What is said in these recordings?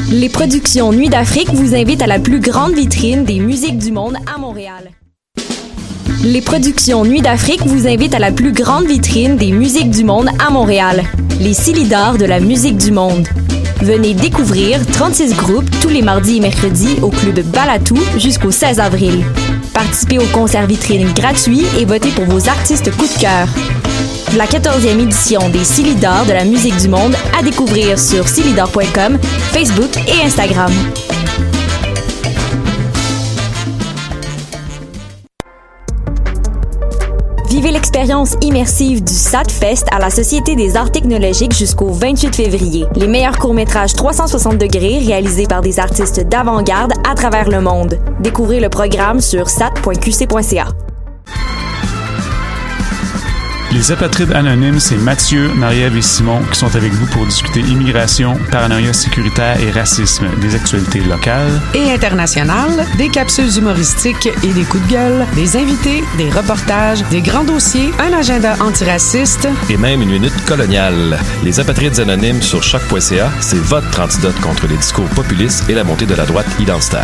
Les productions Nuit d'Afrique vous invitent à la plus grande vitrine des musiques du monde à Montréal. Les productions Nuit d'Afrique vous invitent à la plus grande vitrine des musiques du monde à Montréal. Les Silidars de la musique du monde. Venez découvrir 36 groupes tous les mardis et mercredis au club Balatou jusqu'au 16 avril. Participez au concert vitrine gratuit et votez pour vos artistes coup de cœur. La 14e édition des Silidars de la musique du monde à découvrir sur silidar.com, Facebook et Instagram. Vivez l'expérience immersive du SATFest à la Société des arts technologiques jusqu'au 28 février. Les meilleurs courts-métrages 360 degrés réalisés par des artistes d'avant-garde à travers le monde. Découvrez le programme sur sat.qc.ca. Les apatrides anonymes, c'est Mathieu, Marie-Ève et Simon qui sont avec vous pour discuter immigration, paranoïa sécuritaire et racisme, des actualités locales et internationales, des capsules humoristiques et des coups de gueule, des invités, des reportages, des grands dossiers, un agenda antiraciste et même une minute coloniale. Les apatrides anonymes sur choc.ca, c'est votre antidote contre les discours populistes et la montée de la droite identitaire.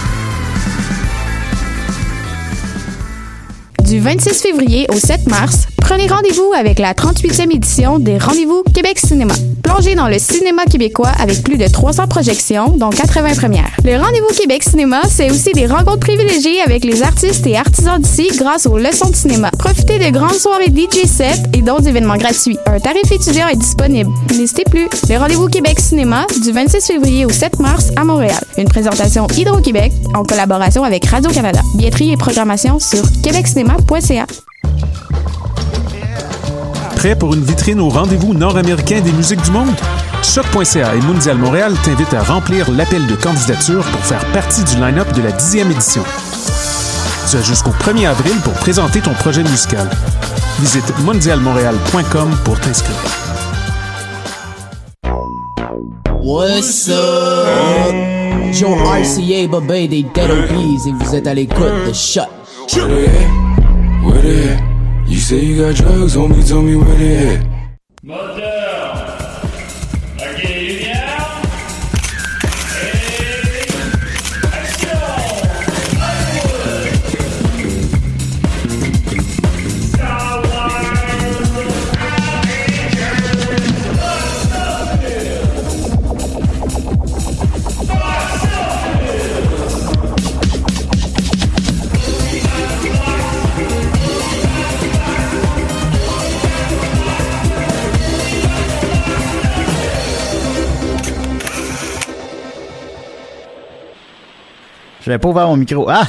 Du 26 février au 7 mars, prenez rendez-vous avec la 38e édition des Rendez-vous Québec Cinéma. Plongez dans le cinéma québécois avec plus de 300 projections, dont 80 premières. Le Rendez-vous Québec Cinéma, c'est aussi des rencontres privilégiées avec les artistes et artisans d'ici grâce aux leçons de cinéma. Profitez de grandes soirées DJ set et d'autres événements gratuits. Un tarif étudiant est disponible. N'hésitez plus. Le Rendez-vous Québec Cinéma, du 26 février au 7 mars à Montréal. Une présentation Hydro-Québec en collaboration avec Radio-Canada. Billetterie et programmation sur québeccinéma.ca. Prêt pour une vitrine au rendez-vous nord-américain des musiques du monde? Choc.ca et Mondial Montréal t'invitent à remplir l'appel de candidature pour faire partie du line-up de la 10e édition. Tu as jusqu'au 1er avril pour présenter ton projet musical. Visite mondialmontréal.com pour t'inscrire. What's up? Joe RCA, Bobé des Dead Obies et vous êtes à l'écoute de Choc. Where they at? You say you got drugs, homie, tell me where they at. J'avais pas ouvert mon micro. Ah!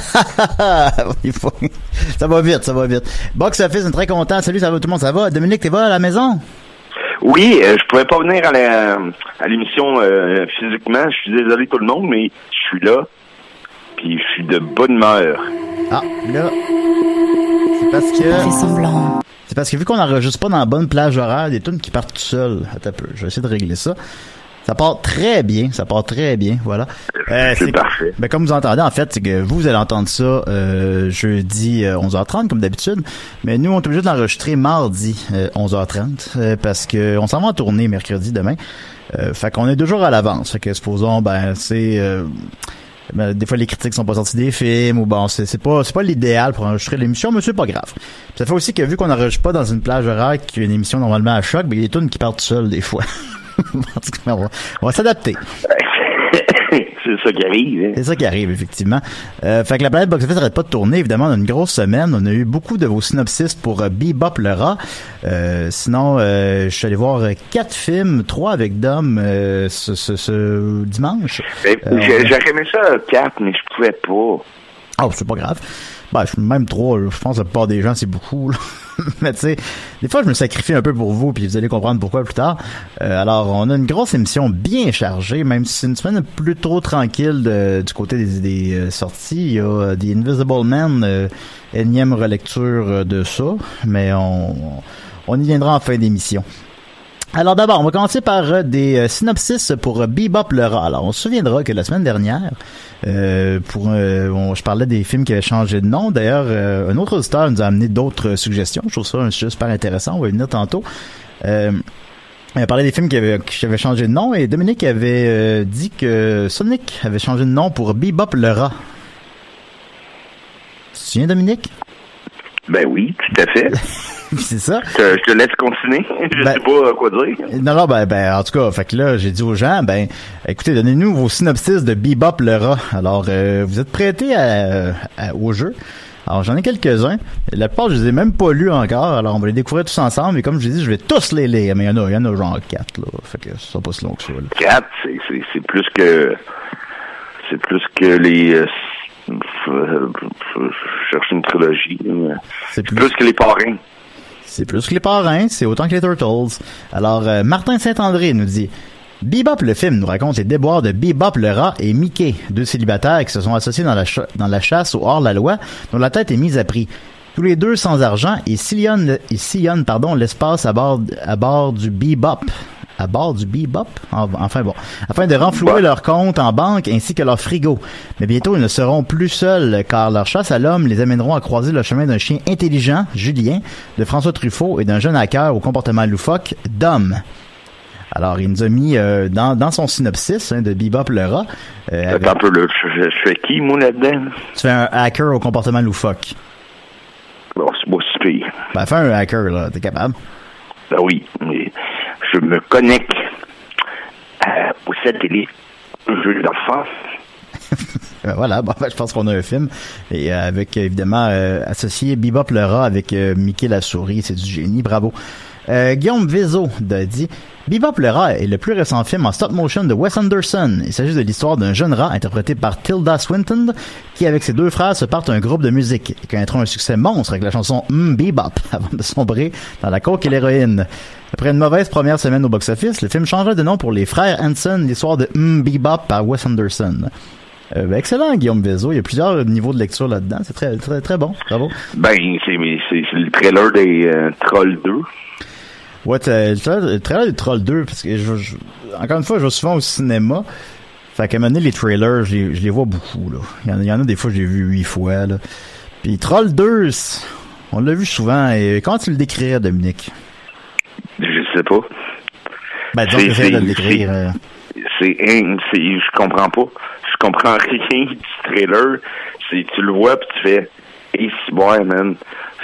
Ça va vite, ça va vite. Box Office, on est très content. Salut, ça va tout le monde, ça va? Dominique, t'es à la maison? Oui, je pouvais pas venir à l'émission physiquement. Je suis désolé tout le monde, mais je suis là. Puis je suis de bonne humeur. Ah, là. C'est parce que... C'est parce que vu qu'on n'enregistre pas dans la bonne plage horaire, des tunes qui partent tout seuls. Attends un peu, je vais essayer de régler ça. Ça part très bien, voilà. C'est parfait. Ben, comme vous entendez, en fait, c'est que vous allez entendre ça jeudi 11h30, comme d'habitude. Mais nous, on est obligé de l'enregistrer mardi 11h30, parce que on s'en va en tournée mercredi demain. Fait qu'on est 2 jours à l'avance. Fait que supposons, des fois les critiques sont pas sorties des films, ou bon, c'est pas l'idéal pour enregistrer l'émission, mais c'est pas grave. Puis ça fait aussi que vu qu'on n'enregistre pas dans une plage horaire qui est une émission normalement à Choc, ben il y a des tunes qui partent seules des fois. on va s'adapter. C'est ça qui arrive. Hein? C'est ça qui arrive, effectivement. Fait que la planète Box Office n'arrête pas de tourner. Évidemment, on a une grosse semaine. On a eu beaucoup de vos synopsis pour Bebop le rat. Sinon, je suis allé voir 4 films, 3 avec Dom ce dimanche. J'aurais aimé ça 4, mais je pouvais pas. Ah, c'est pas grave. Ben, même 3, je pense que la plupart des gens, c'est beaucoup, là. Mais tu sais, des fois, je me sacrifie un peu pour vous, puis vous allez comprendre pourquoi plus tard. Alors, on a une grosse émission bien chargée, même si c'est une semaine plutôt tranquille du côté des sorties. Il y a The Invisible Man, énième relecture de ça, mais on y viendra en fin d'émission. Alors d'abord, on va commencer par des synopsis pour Bebop le rat. Alors, on se souviendra que la semaine dernière, je parlais des films qui avaient changé de nom. D'ailleurs, un autre auditeur nous a amené d'autres suggestions. Je trouve ça un sujet super intéressant. On va y venir tantôt. Il a parlé des films qui avaient changé de nom et Dominique avait dit que Sonic avait changé de nom pour Bebop le rat. Tu te souviens, Dominique? Ben oui, tout à fait. C'est ça. Je te laisse continuer. Je sais pas quoi dire. Non, ben, en tout cas, fait que là, j'ai dit aux gens, écoutez, donnez-nous vos synopsis de Bebop le rat. Alors, vous êtes prêtés au jeu? Alors, j'en ai quelques-uns. La plupart, je les ai même pas lus encore. Alors, on va les découvrir tous ensemble. Et comme je l'ai dit, je vais tous les lire. Mais il y en a genre 4, là. Fait que ça sera pas si long que ça, là. 4, c'est plus que... C'est plus que les... je cherche une trilogie. C'est plus que les parrains. C'est plus que les parrains. C'est autant que les Turtles. Alors, Martin Saint-André nous dit... Bebop le film nous raconte les déboires de Bebop le rat et Mickey, deux célibataires qui se sont associés dans la chasse au hors-la-loi, dont la tête est mise à prix. Tous les deux sans argent et sillonnent l'espace à bord du Bebop. À bord du Bebop? Enfin bon. Afin de renflouer leur compte en banque ainsi que leur frigo. Mais bientôt, ils ne seront plus seuls car leur chasse à l'homme les amèneront à croiser le chemin d'un chien intelligent, Julien, de François Truffaut et d'un jeune hacker au comportement loufoque, Dom. Alors, il nous a mis dans son synopsis de Bebop le rat. Attends un peu, là. Je fais qui, moi, là-dedans? Tu fais un hacker au comportement loufoque. Bon, c'est pas si pire. Ben, fais un hacker, là. T'es capable? Ben oui, mais je me connecte au satellite jeu d'enfant. Voilà, je pense qu'on a un film. Et avec, évidemment, associé Bebop le rat avec Mickey la souris. C'est du génie, bravo. Guillaume Vézo dit Bebop le rat est le plus récent film en stop motion de Wes Anderson. Il s'agit de l'histoire d'un jeune rat interprété par Tilda Swinton qui, avec ses deux frères, se partent un groupe de musique et connaîtront un succès monstre avec la chanson Bebop avant de sombrer dans la coke et l'héroïne. Après une mauvaise première semaine au box-office, le film changera de nom pour Les Frères Hanson, l'histoire de Bebop par Wes Anderson. Excellent, Guillaume Vézo. Il y a plusieurs niveaux de lecture là-dedans. C'est très, très, très bon. Bravo. Ben, c'est le trailer des Trolls 2. Ouais, le trailer des Trolls 2, parce que encore une fois, je vais souvent au cinéma. Fait qu'à un moment donné, les trailers, je les vois beaucoup, là. Il y en a des fois, j'ai vu 8 fois, là. Puis Trolls 2, on l'a vu souvent. Et comment tu le décrirais, Dominique? Je sais pas. Ben, donc, j'essaie de le décrire. Je comprends pas. Je comprends rien du trailer. Tu le vois, puis tu fais, hey, c'est bon, man.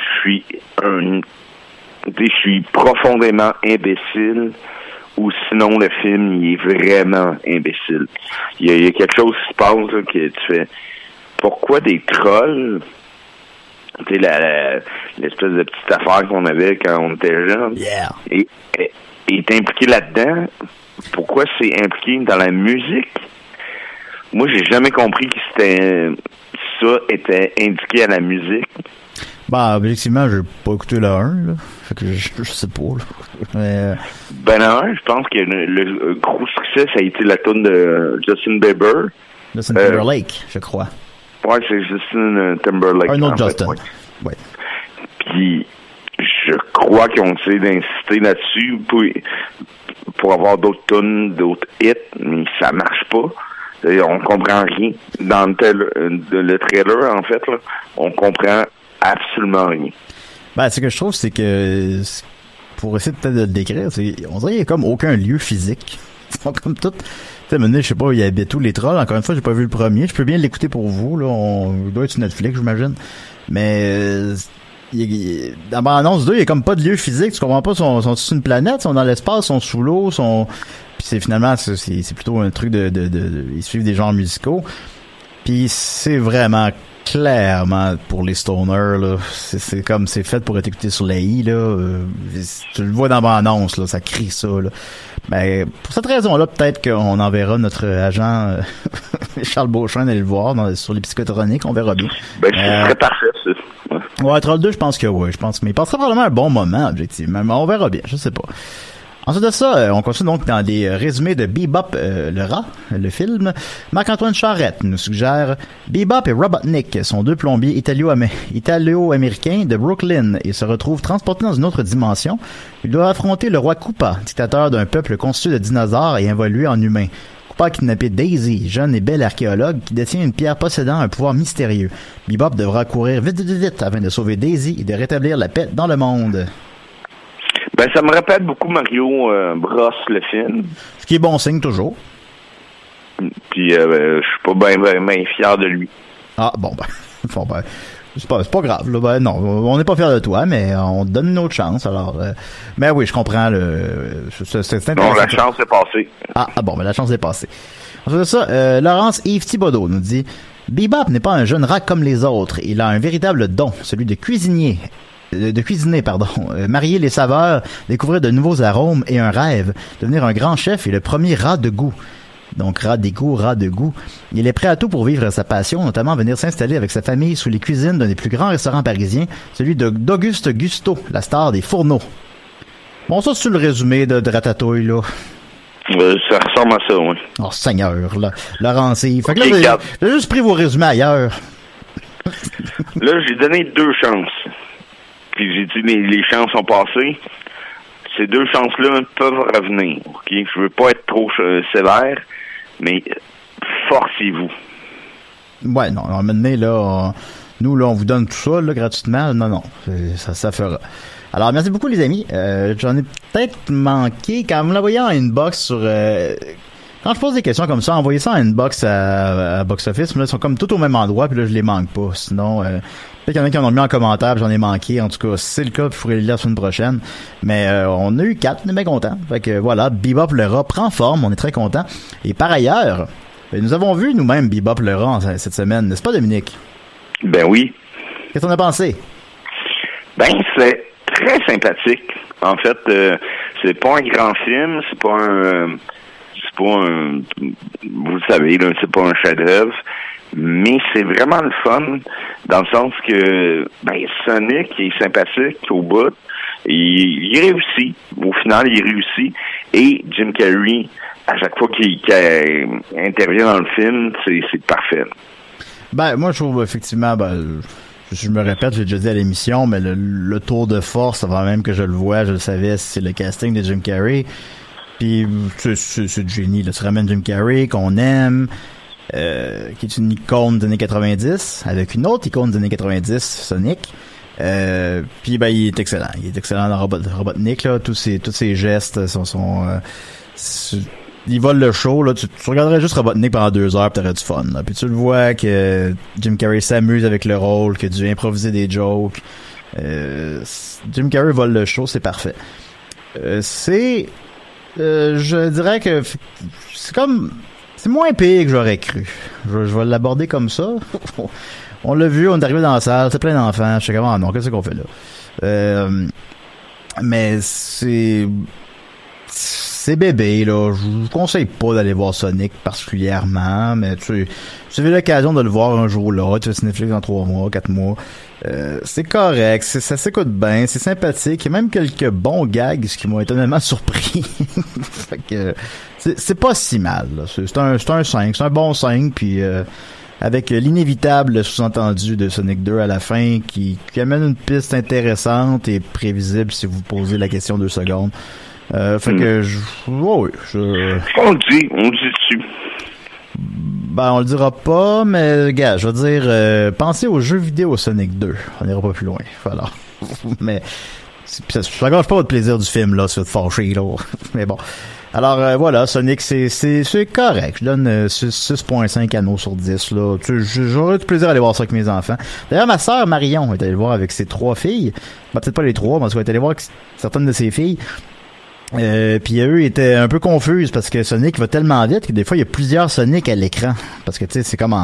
Je suis profondément imbécile, ou sinon le film il est vraiment imbécile. Il y a quelque chose qui se passe là, que tu fais. Pourquoi des trolls? Tu sais, l'espèce de petite affaire qu'on avait quand on était jeune. Yeah. Et est impliqué là-dedans. Pourquoi c'est impliqué dans la musique? Moi, j'ai jamais compris que ça était indiqué à la musique. Bah, objectivement, j'ai pas écouté le 1, là. Fait que je sais pas, là. Mais, ben, le 1, je pense que le gros succès, ça a été la tune de Justin Bieber. Justin Timberlake, je crois. Ouais, c'est Justin Timberlake. Un autre Justin. Ouais. Puis, je crois qu'ils ont essayé d'insister là-dessus pour avoir d'autres tunes, d'autres hits, mais ça marche pas. On comprend rien. Dans le trailer, en fait, là, on comprend absolument rien. Ben, ce que je trouve, c'est que, pour essayer peut-être de le décrire, on dirait qu'il n'y a comme aucun lieu physique. Ils sont comme tout. Tu sais, maintenant, je sais pas, il y avait tous les trolls. Encore une fois, j'ai pas vu le premier. Je peux bien l'écouter pour vous, là. Il doit être sur Netflix, j'imagine. Mais, dans l'annonce 2, il y a comme pas de lieu physique. Tu comprends pas, sont sur une planète, sont dans l'espace, sont sous l'eau, puis c'est finalement, c'est plutôt un truc ils suivent des genres musicaux. Puis c'est vraiment clairement pour les stoners, là. C'est comme, c'est fait pour être écouté sur la I, là. Tu le vois dans ma annonce, là. Ça crie ça, là. Mais, pour cette raison-là, peut-être qu'on enverra notre agent, Charles Beauchamp, d'aller le voir sur les psychotroniques. On verra bien. Ben, c'est très parfait, ça. Ouais, Troll 2, je pense que oui. Mais il passera probablement un bon moment, objectivement. Mais on verra bien. Je sais pas. Ensuite de ça, on continue donc dans des résumés de Bebop le rat, le film. Marc-Antoine Charrette nous suggère Bebop et Robotnik sont deux plombiers italo-américains de Brooklyn et se retrouvent transportés dans une autre dimension. Ils doivent affronter le roi Koopa, dictateur d'un peuple constitué de dinosaures et involué en humains. Koopa a kidnappé Daisy, jeune et belle archéologue qui détient une pierre possédant un pouvoir mystérieux. Bebop devra courir vite afin de sauver Daisy et de rétablir la paix dans le monde. Ben, ça me rappelle beaucoup Mario Bros, le film. Ce qui est bon signe, toujours. Puis, je suis pas bien fier de lui. Ah, bon, c'est pas grave, là. Ben, non, on n'est pas fiers de toi, mais on te donne une autre chance, alors... mais oui, je comprends, c'est intéressant. Non, la chance est passée. Ah, bon, mais la chance est passée. Ensuite de ça, Laurence Yves Thibodeau nous dit... Bebop n'est pas un jeune rat comme les autres. Il a un véritable don, celui de cuisiner, marier les saveurs, découvrir de nouveaux arômes et un rêve, devenir un grand chef et le premier rat de goût. Donc, rat d'égout, rat de goût. Il est prêt à tout pour vivre sa passion, notamment venir s'installer avec sa famille sous les cuisines d'un des plus grands restaurants parisiens, celui d'Auguste Gusteau, la star des fourneaux. Bon, ça, c'est le résumé de Ratatouille, là. Ça ressemble à ça, oui. Oh, Seigneur, là. Laurence Yves. Fait que là, j'ai juste pris vos résumés ailleurs. Là, j'ai donné 2 chances. Puis j'ai dit, les chances sont passées. Ces 2 chances-là peuvent revenir. OK? Je veux pas être trop sévère, mais forcez-vous. Ouais, non. Maintenant, là, nous, là, on vous donne tout ça, là, gratuitement. Non. Ça fera. Alors, merci beaucoup, les amis. J'en ai peut-être manqué. Quand vous l'envoyez en inbox sur... quand je pose des questions comme ça, envoyez ça en inbox à Box Office. Mais là, ils sont comme tout au même endroit, puis là, je les manque pas. Sinon, peut-être qu'il y en a qui en ont mis en commentaire, puis j'en ai manqué. En tout cas, si c'est le cas, il faudrait les lire la semaine prochaine. Mais on a eu 4, on est bien contents. Fait que voilà, Bebop le rat prend forme, on est très contents. Et par ailleurs, nous avons vu nous-mêmes Bebop le rat cette semaine, n'est-ce pas, Dominique? Ben oui. Qu'est-ce qu'on a pensé? Ben, c'est très sympathique. En fait, c'est pas un grand film, c'est pas un, vous le savez, là, c'est pas un chef-d'œuvre, mais c'est vraiment le fun dans le sens que, ben, Sonic est sympathique au bout, il réussit. Au final, il réussit. Et Jim Carrey, à chaque fois qu'il intervient dans le film, c'est parfait. Ben, moi, je trouve effectivement, je me répète, j'ai déjà dit à l'émission, mais le tour de force, avant même que je le vois, je le savais, c'est le casting de Jim Carrey. Puis c'est du génie, là. Tu ramènes Jim Carrey, qu'on aime, qui est une icône des années 90, avec une autre icône des années 90, Sonic. Puis ben, il est excellent. Il est excellent dans Robotnik, là. Tous ses gestes il vole le show, là. Tu regarderais juste Robotnik pendant 2 heures pis t'aurais du fun, là. Puis tu le vois que Jim Carrey s'amuse avec le rôle, que tu improviser des jokes. Jim Carrey vole le show, c'est parfait. Je dirais que c'est moins pire que j'aurais cru. Je vais l'aborder comme ça. On l'a vu, on est arrivé dans la salle, c'est plein d'enfants. Je sais comment, non, qu'est-ce qu'on fait là? Mais c'est bébé, là. Je vous conseille pas d'aller voir Sonic particulièrement, mais tu avez l'occasion de le voir un jour là. Tu fais Netflix dans 3 mois, 4 mois. C'est correct, ça s'écoute bien, c'est sympathique. Il y a même quelques bons gags, ce qui m'ont étonnamment surpris. Fait que c'est pas si mal, là. C'est un 5, c'est un bon 5, puis avec l'inévitable sous-entendu de Sonic 2 à la fin qui amène une piste intéressante et prévisible si vous posez la question 2 secondes. Fait que on le dit dessus. Ben, on le dira pas, mais gars, je veux dire, pensez aux jeux vidéo Sonic 2. On n'ira pas plus loin. Voilà. Mais ça gâche pas votre plaisir du film, là, si vous êtes fâché, là. Mais bon. Alors, voilà, Sonic, c'est correct. Je donne 6.5 anneaux sur 10, là. J'aurais du plaisir à aller voir ça avec mes enfants. D'ailleurs, ma sœur Marion est allée le voir avec ses 3 filles. Ben, peut-être pas les 3, mais elle est allée voir avec certaines de ses filles. Puis eux étaient un peu confuses parce que Sonic va tellement vite que des fois il y a plusieurs Sonic à l'écran parce que tu sais c'est comme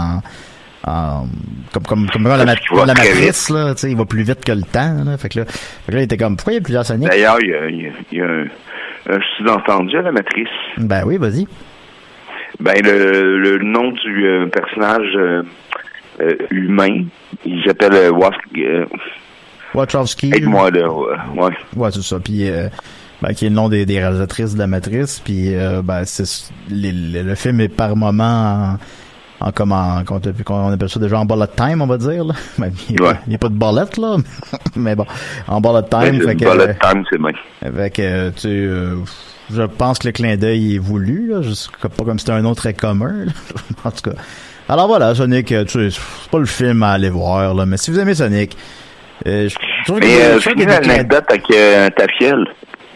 comme la matrice là, tu sais il va plus vite que le temps là. Fait que là il était comme pourquoi il y a plusieurs Sonic? D'ailleurs il y a un sous-entendu à la matrice. Ben oui, vas-y. Ben le nom du personnage humain, il s'appelle Wachowski. Aide-moi là, ouais. Ouais, c'est ça. Puis qui est le nom des réalisatrices de la matrice, puis c'est le film est par moment en comment on appelle ça déjà en bullet time, on va dire là. Ben, il n'y a pas de bullet là, mais bon, en bullet time. Fait que, bullet time, c'est bien. Fait que je pense que le clin d'œil est voulu là, pas comme si c'était un nom très commun là. En tout cas. Alors voilà, Sonic, c'est pas le film à aller voir là, mais si vous aimez Sonic, je trouve que l'anecdote avec ta fiole.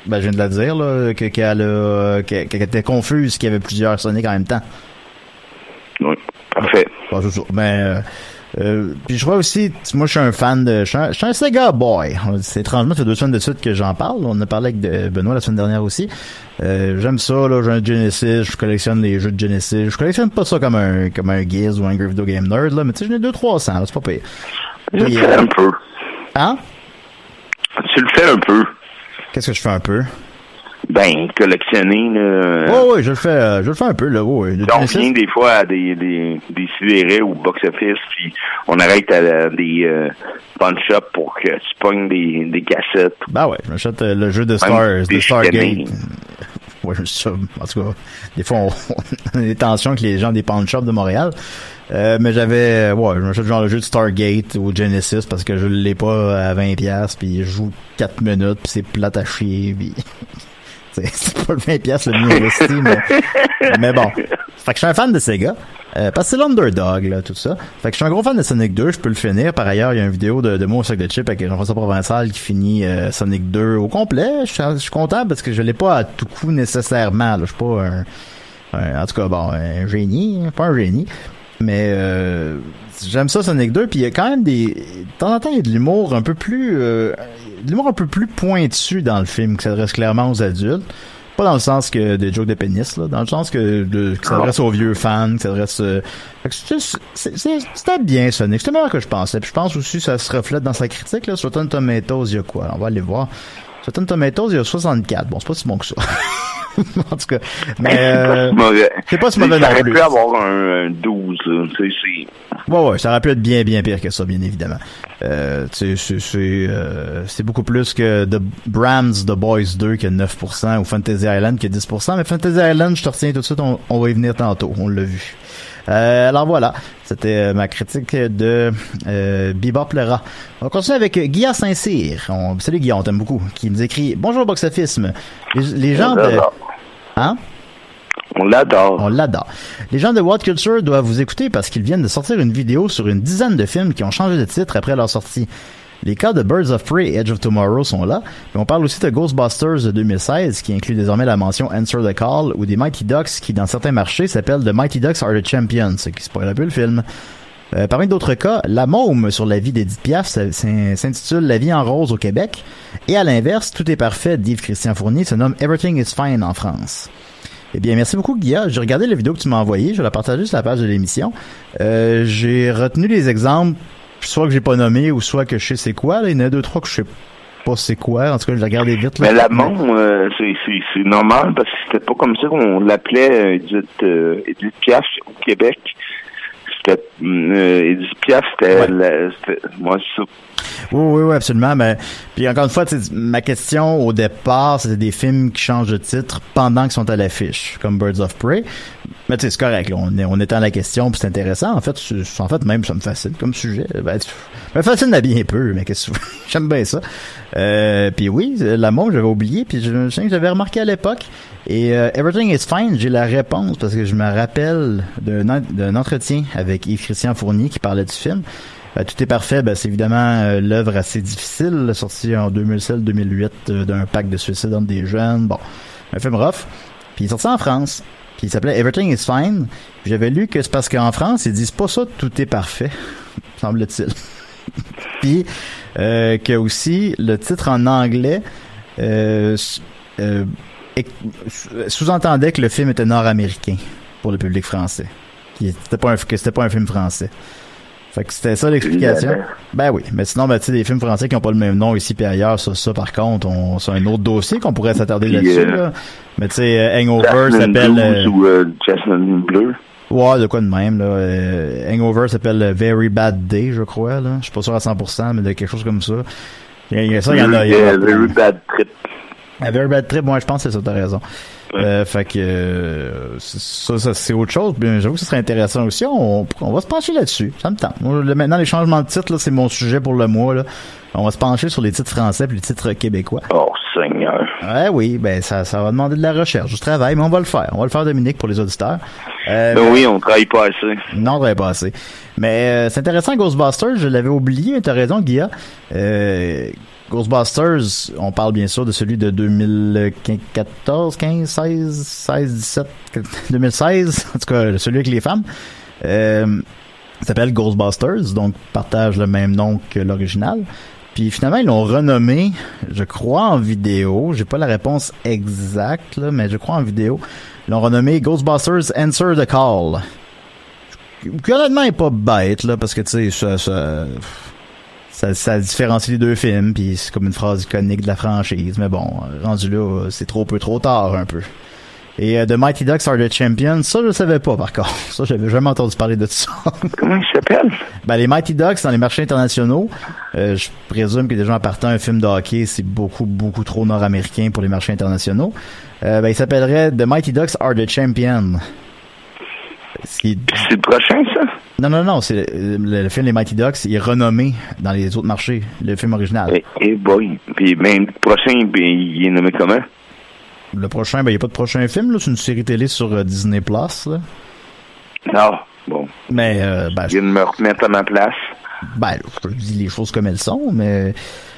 Ben, je viens de la dire, là, qu'elle était confuse qu'il y avait plusieurs Sonic en même temps. Oui, parfait. Bon, c'est ça. Mais, puis je crois aussi, moi je suis un fan je suis un Sega boy. C'est étrangement, ça fait 2 semaines de suite que j'en parle. On en a parlé avec Benoît la semaine dernière aussi. J'aime ça, là, j'ai un Genesis, je collectionne les jeux de Genesis. Je collectionne pas ça comme un Giz ou un Video Game Nerd, là, mais tu sais, j'en ai 200-300, là, c'est pas pire. Tu le fais un peu. Hein? Tu le fais un peu. Qu'est-ce que je fais un peu? Ben, collectionner, là. Ouais, je le fais un peu, là, ouais. On vient des fois à des sidérés ou box-office, puis on arrête à des pawn shops pour que tu pognes des cassettes. Ben ouais, je m'achète le jeu de Stargate. Ouais, ça, en tout cas, des fois, on a des tensions avec les gens des pawn shops de Montréal. Mais je m'achète genre le jeu de Stargate ou Genesis parce que je l'ai pas à 20$, puis je joue 4 minutes, puis c'est plate à chier, puis... c'est pas le 20$ le mieux investi, mais bon. Fait que je suis un fan de Sega. Parce que c'est l'underdog, là, tout ça. Fait que je suis un gros fan de Sonic 2, je peux le finir. Par ailleurs, il y a une vidéo de moi au sac de chips avec Jean-François Provençal qui finit Sonic 2 au complet. Je suis content parce que je l'ai pas à tout coup nécessairement, là. Je suis pas en tout cas, bon, un génie, pas un génie. Mais j'aime ça Sonic 2, puis il y a quand même de temps en temps il y a de l'humour un peu plus pointu dans le film qui s'adresse clairement aux adultes. Pas dans le sens que des jokes de pénis, là, dans le sens que qui s'adresse aux vieux fans, qui s'adresse c'était bien Sonic, c'était meilleur que je pensais. Puis je pense aussi que ça se reflète dans sa critique là. Sur Rotten Tomatoes, il y a quoi? On va aller voir. Sur Rotten Tomatoes, il y a 64. Bon, c'est pas si bon que ça. En tout cas, mais c'est pas si mauvais non plus. Ça aurait pu avoir un 12, là. Ouais, ça aurait pu être bien pire que ça, bien évidemment. C'est beaucoup plus que The Boys 2 qui a 9% ou Fantasy Island qui a 10%, mais Fantasy Island, je te retiens tout de suite, on va y venir tantôt, on l'a vu. Alors voilà, c'était ma critique de Bebop Plera. On va continuer avec Guilla Saint-Cyr. Salut Guilla, on t'aime beaucoup. Qui nous écrit « Bonjour Box Office. Les gens de... » Hein? On l'adore. On l'adore. Les gens de What Culture doivent vous écouter parce qu'ils viennent de sortir une vidéo sur une dizaine de films qui ont changé de titre après leur sortie. Les cas de Birds of Prey et Edge of Tomorrow sont là. Et on parle aussi de Ghostbusters de 2016, qui inclut désormais la mention Answer the Call, ou des Mighty Ducks qui, dans certains marchés, s'appellent The Mighty Ducks Are the Champions, ce qui spoil un peu le film. Parmi d'autres cas, La Môme sur la vie d'Edith Piaf s'intitule La vie en rose au Québec. Et à l'inverse, Tout est parfait d'Yves Christian Fournier se nomme Everything is Fine en France. Eh bien, merci beaucoup, Guilla. J'ai regardé la vidéo que tu m'as envoyée. Je vais la partager sur la page de l'émission. J'ai retenu les exemples, soit que j'ai pas nommé, ou soit que je sais c'est quoi. Là. Il y en a 2-3 que je sais pas c'est quoi. En tout cas, je l'ai regardé vite. Là. Mais la Môme, c'est normal, parce que c'était pas comme ça qu'on l'appelait Edith Piaf au Québec. C'était Edith Piaf, c'était moi ça. Oui, absolument. Mais puis encore une fois, ma question au départ, c'était des films qui changent de titre pendant qu'ils sont à l'affiche, comme Birds of Prey. Mais tu sais, c'est correct. Là, on étend la question, puis c'est intéressant. En fait, même ça me fascine comme sujet. Me fascine à bien peu, mais qu'est-ce que j'aime bien ça. Puis oui, La Môme, j'avais oublié, puis je sais que j'avais remarqué à l'époque. Et Everything is Fine, j'ai la réponse parce que je me rappelle d'un entretien avec Yves Christian Fournier qui parlait du film. Tout est parfait, c'est évidemment l'œuvre assez difficile, sortie en 2007-2008 d'un pacte de suicide entre des jeunes. Bon, un film rough. Puis il est sorti en France. Puis il s'appelait Everything is Fine. Puis j'avais lu que c'est parce qu'en France, ils disent pas ça, tout est parfait, semble-t-il. Puis que aussi, le titre en anglais sous-entendait que le film était nord-américain pour le public français. Que c'était pas un film français. Fait que c'était ça l'explication. Ben oui, mais sinon, tu sais, des films français qui n'ont pas le même nom ici puis ailleurs, ça par contre, c'est un autre dossier qu'on pourrait s'attarder là-dessus. Là. Mais tu sais, Hangover s'appelle... ou Jasmine Bleu. Ouais, de quoi de même, là. Hangover s'appelle Very Bad Day, je crois, là. Je suis pas sûr à 100%, mais de quelque chose comme ça. Il y en a. Very Bad Trip. Very Bad Trip, moi, je pense que c'est ça, t'as raison. Fait que ça c'est autre chose. Bien, j'avoue que ce serait intéressant aussi. On va se pencher là-dessus. Ça me tente. Maintenant, les changements de titres, là, c'est mon sujet pour le mois. Là. On va se pencher sur les titres français et les titres québécois. Oh Seigneur. Ouais, oui, ça va demander de la recherche, du travail, mais on va le faire. On va le faire, Dominique, pour les auditeurs. Oui, on travaille pas assez. Non, on travaille pas assez. Mais c'est intéressant, Ghostbusters, je l'avais oublié, mais t'as raison, Guilla. Ghostbusters, on parle bien sûr de celui de 2014, 15, 16, 17, 2016, en tout cas celui avec les femmes. Il s'appelle Ghostbusters, donc partage le même nom que l'original. Puis finalement, ils l'ont renommé, je crois en vidéo, j'ai pas la réponse exacte, là, mais je crois en vidéo, ils l'ont renommé Ghostbusters Answer the Call. Qui honnêtement est pas bête, là, parce que tu sais, ça différencie les deux films, puis c'est comme une phrase iconique de la franchise, mais bon, rendu là, c'est trop tard un peu. Et The Mighty Ducks Are the Champions, ça je savais pas par contre. Ça, j'avais jamais entendu parler de ça. Comment ils s'appellent? Ben, les Mighty Ducks dans les marchés internationaux, je présume que déjà en partant un film de hockey, c'est beaucoup trop nord-américain pour les marchés internationaux. Il s'appellerait The Mighty Ducks Are the Champions. C'est le prochain, ça? Non, c'est le film Les Mighty Ducks, il est renommé dans les autres marchés, le film original. Eh boy. Puis même le prochain, il est nommé comment? Le prochain, il n'y a pas de prochain film, là, c'est une série télé sur Disney+. Là. Non, bon. Mais, je viens de me remettre à ma place. Je dis les choses comme elles sont, mais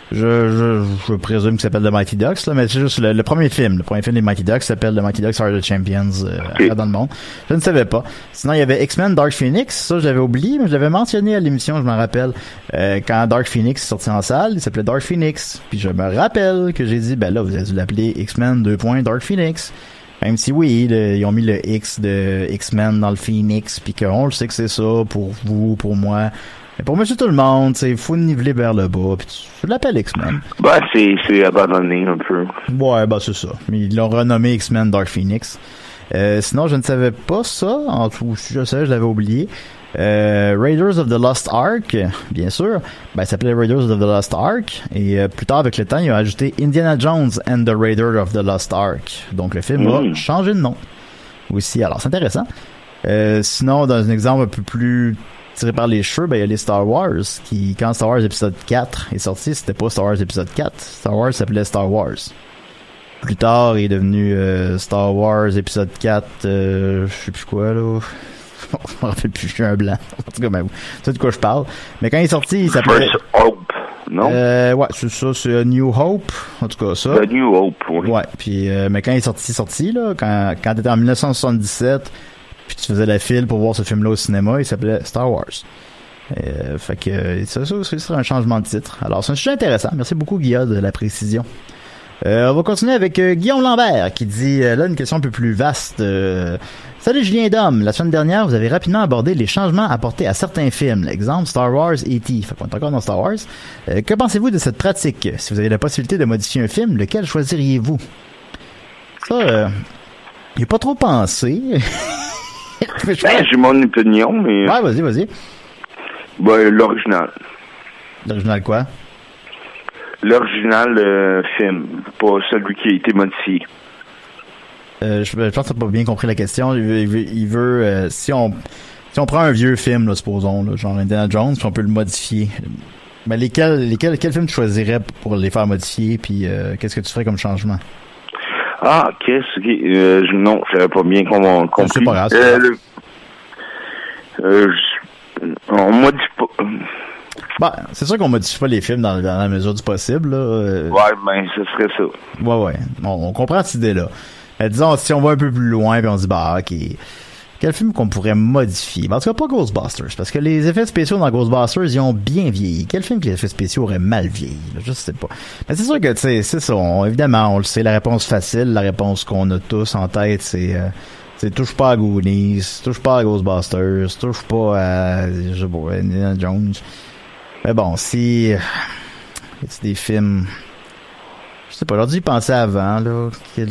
je présume qu'il s'appelle The Mighty Ducks, là, mais c'est juste le premier film des Mighty Ducks s'appelle The Mighty Ducks Are the Champions dans le monde. Je ne savais pas. Sinon, il y avait X-Men Dark Phoenix, ça j'avais oublié, mais je l'avais mentionné à l'émission, je m'en rappelle. Quand Dark Phoenix est sorti en salle, il s'appelait Dark Phoenix. Puis je me rappelle que j'ai dit, là, vous avez dû l'appeler X-Men Dark Phoenix. Même si oui, ils ont mis le X de X-Men dans le Phoenix, puis qu'on le sait que c'est ça, pour vous, pour moi. Mais pour monsieur tout le monde, il faut niveler vers le bas, puis tu l'appelles X-Men. C'est abandonné un peu. Ouais, c'est ça. Mais ils l'ont renommé X-Men Dark Phoenix. Sinon, je ne savais pas ça. En tout, si je savais, je l'avais oublié. Raiders of the Lost Ark, bien sûr. Il s'appelait Raiders of the Lost Ark. Et plus tard, avec le temps, ils ont ajouté Indiana Jones and the Raiders of the Lost Ark. Donc, le film a changé de nom. Aussi, alors, c'est intéressant. Sinon, dans un exemple un peu plus tiré par les cheveux, il y a les Star Wars, qui, quand Star Wars épisode 4 est sorti, c'était pas Star Wars épisode 4. Star Wars s'appelait Star Wars. Plus tard, il est devenu Star Wars épisode 4, je sais plus quoi, là. Je me rappelle plus, je suis un blanc. En tout cas, tu sais de quoi je parle. Mais quand il est sorti, il s'appelait... First Hope, non? Ouais, c'est ça, c'est A New Hope. En tout cas, ça. A New Hope, oui. Ouais, puis, mais quand il est sorti, là, quand t'étais en 1977, puis tu faisais la file pour voir ce film-là au cinéma, il s'appelait Star Wars. Fait que, ça serait un changement de titre. Alors, c'est un sujet intéressant. Merci beaucoup, Guillaume, de la précision. On va continuer avec Guillaume Lambert qui dit là une question un peu plus vaste. Salut Julien Dom, la semaine dernière vous avez rapidement abordé les changements apportés à certains films. Exemple Star Wars E.T. Fait qu'on est encore dans Star Wars. Que pensez-vous de cette pratique? Si vous avez la possibilité de modifier un film, lequel choisiriez-vous? Ça, j'ai pas trop pensé. J'ai mon opinion, mais... Ouais, vas-y. L'original. L'original quoi? L'original film, pas celui qui a été modifié. Je pense que t'as pas bien compris la question. Il veut si on prend un vieux film, là, supposons, là, genre Indiana Jones, puis on peut le modifier. Mais quel film tu choisirais pour les faire modifier, puis qu'est-ce que tu ferais comme changement? Non, j'avais pas bien compris. C'est pas grave. On modifie pas. C'est sûr qu'on modifie pas les films dans la mesure du possible, là. Ce serait ça. Ouais. On comprend cette idée-là. Mais disons, si on va un peu plus loin, puis on se dit, OK, quel film qu'on pourrait modifier? En tout cas, pas Ghostbusters, parce que les effets spéciaux dans Ghostbusters, ils ont bien vieilli. Quel film que les effets spéciaux auraient mal vieilli? Là, je sais pas. Mais c'est sûr que, tu sais, c'est ça. Évidemment, on le sait, la réponse facile, la réponse qu'on a tous en tête, c'est touche pas à Goonies, touche pas à Ghostbusters, touche pas à, je sais pas, Indiana Jones. Mais bon, si y a des films, je sais pas, j'aurais dû y penser avant, là,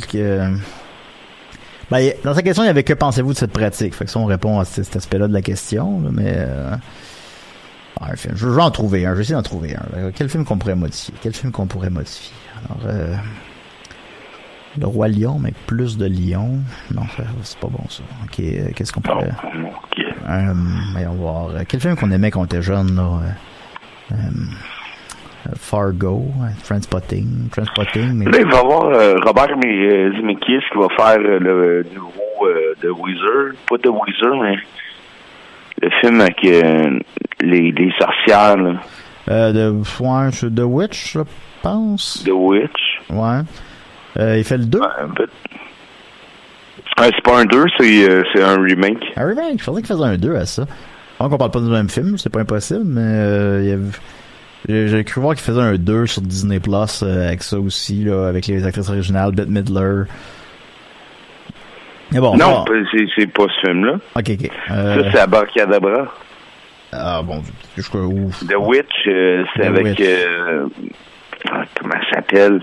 dans sa question, il y avait que pensez-vous de cette pratique? Fait que ça, on répond à cet aspect-là de la question, là, mais un film. Je vais en trouver un, je vais essayer d'en trouver un. Quel film qu'on pourrait modifier? Alors, le Roi Lion, mais avec plus de lions. Non, c'est pas bon, ça. OK, qu'est-ce qu'on pourrait... Voyons voir. Quel film qu'on aimait quand on était jeune, là? Fargo, Trainspotting. Mais... Là, il va y avoir Robert Zemeckis qui va faire le nouveau de Weezer. Pas de Weezer, mais le film avec les sorcières, là. C'est The Witch, je pense. The Witch. Ouais. Il fait le 2. C'est pas un 2, c'est un remake. Un remake? Il faudrait qu'il fasse un 2 à ça. Donc on parle pas du même film, c'est pas impossible, mais j'ai cru voir qu'il faisait un 2 sur Disney Plus avec ça aussi, là, avec les actrices originales, Bette Midler. Mais bon, non, c'est pas ce film-là. Ok. Ça, c'est Abracadabra. Ah bon, ouf. The Witch, c'est avec... comment ça s'appelle?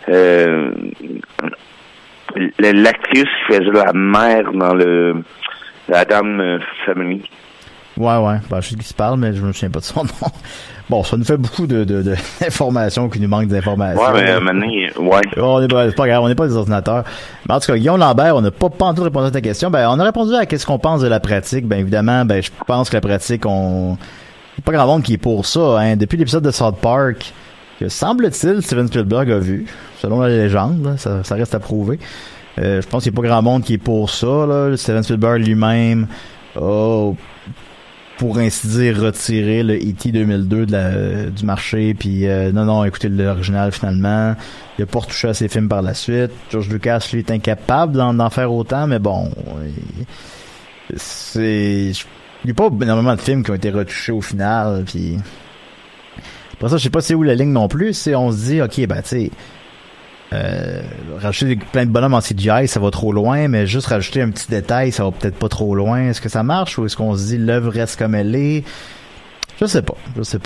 L'actrice qui faisait la mère dans la Dame Family. Ouais. Ben, je sais de qui se parle, mais je me souviens pas de son nom. Bon, ça nous fait beaucoup d'informations qui nous manquent d'informations. Ouais, mais maintenant, ouais. C'est pas grave, on n'est pas des ordinateurs. Mais en tout cas, Guillaume Lambert, on n'a pas en tout répondu à ta question. Ben, on a répondu à qu'est-ce qu'on pense de la pratique. Ben, évidemment, je pense que la pratique, il n'y a pas grand monde qui est pour ça, hein. Depuis l'épisode de South Park, que semble-t-il, Steven Spielberg a vu, selon la légende, là, ça reste à prouver. Je pense qu'il n'y a pas grand monde qui est pour ça, là. Steven Spielberg lui-même pour ainsi dire, retirer le E.T. 2002 du marché, puis non, écoutez l'original finalement. Il a pas retouché à ses films par la suite. George Lucas, lui, est incapable d'en faire autant, mais bon, il n'y a pas énormément de films qui ont été retouchés au final, puis après ça, je sais pas c'est où la ligne non plus, on se dit, ok, ben tu sais, rajouter plein de bonhommes en CGI, ça va trop loin, mais juste rajouter un petit détail, ça va peut-être pas trop loin. Est-ce que ça marche ou est-ce qu'on se dit l'œuvre reste comme elle est? Je sais pas.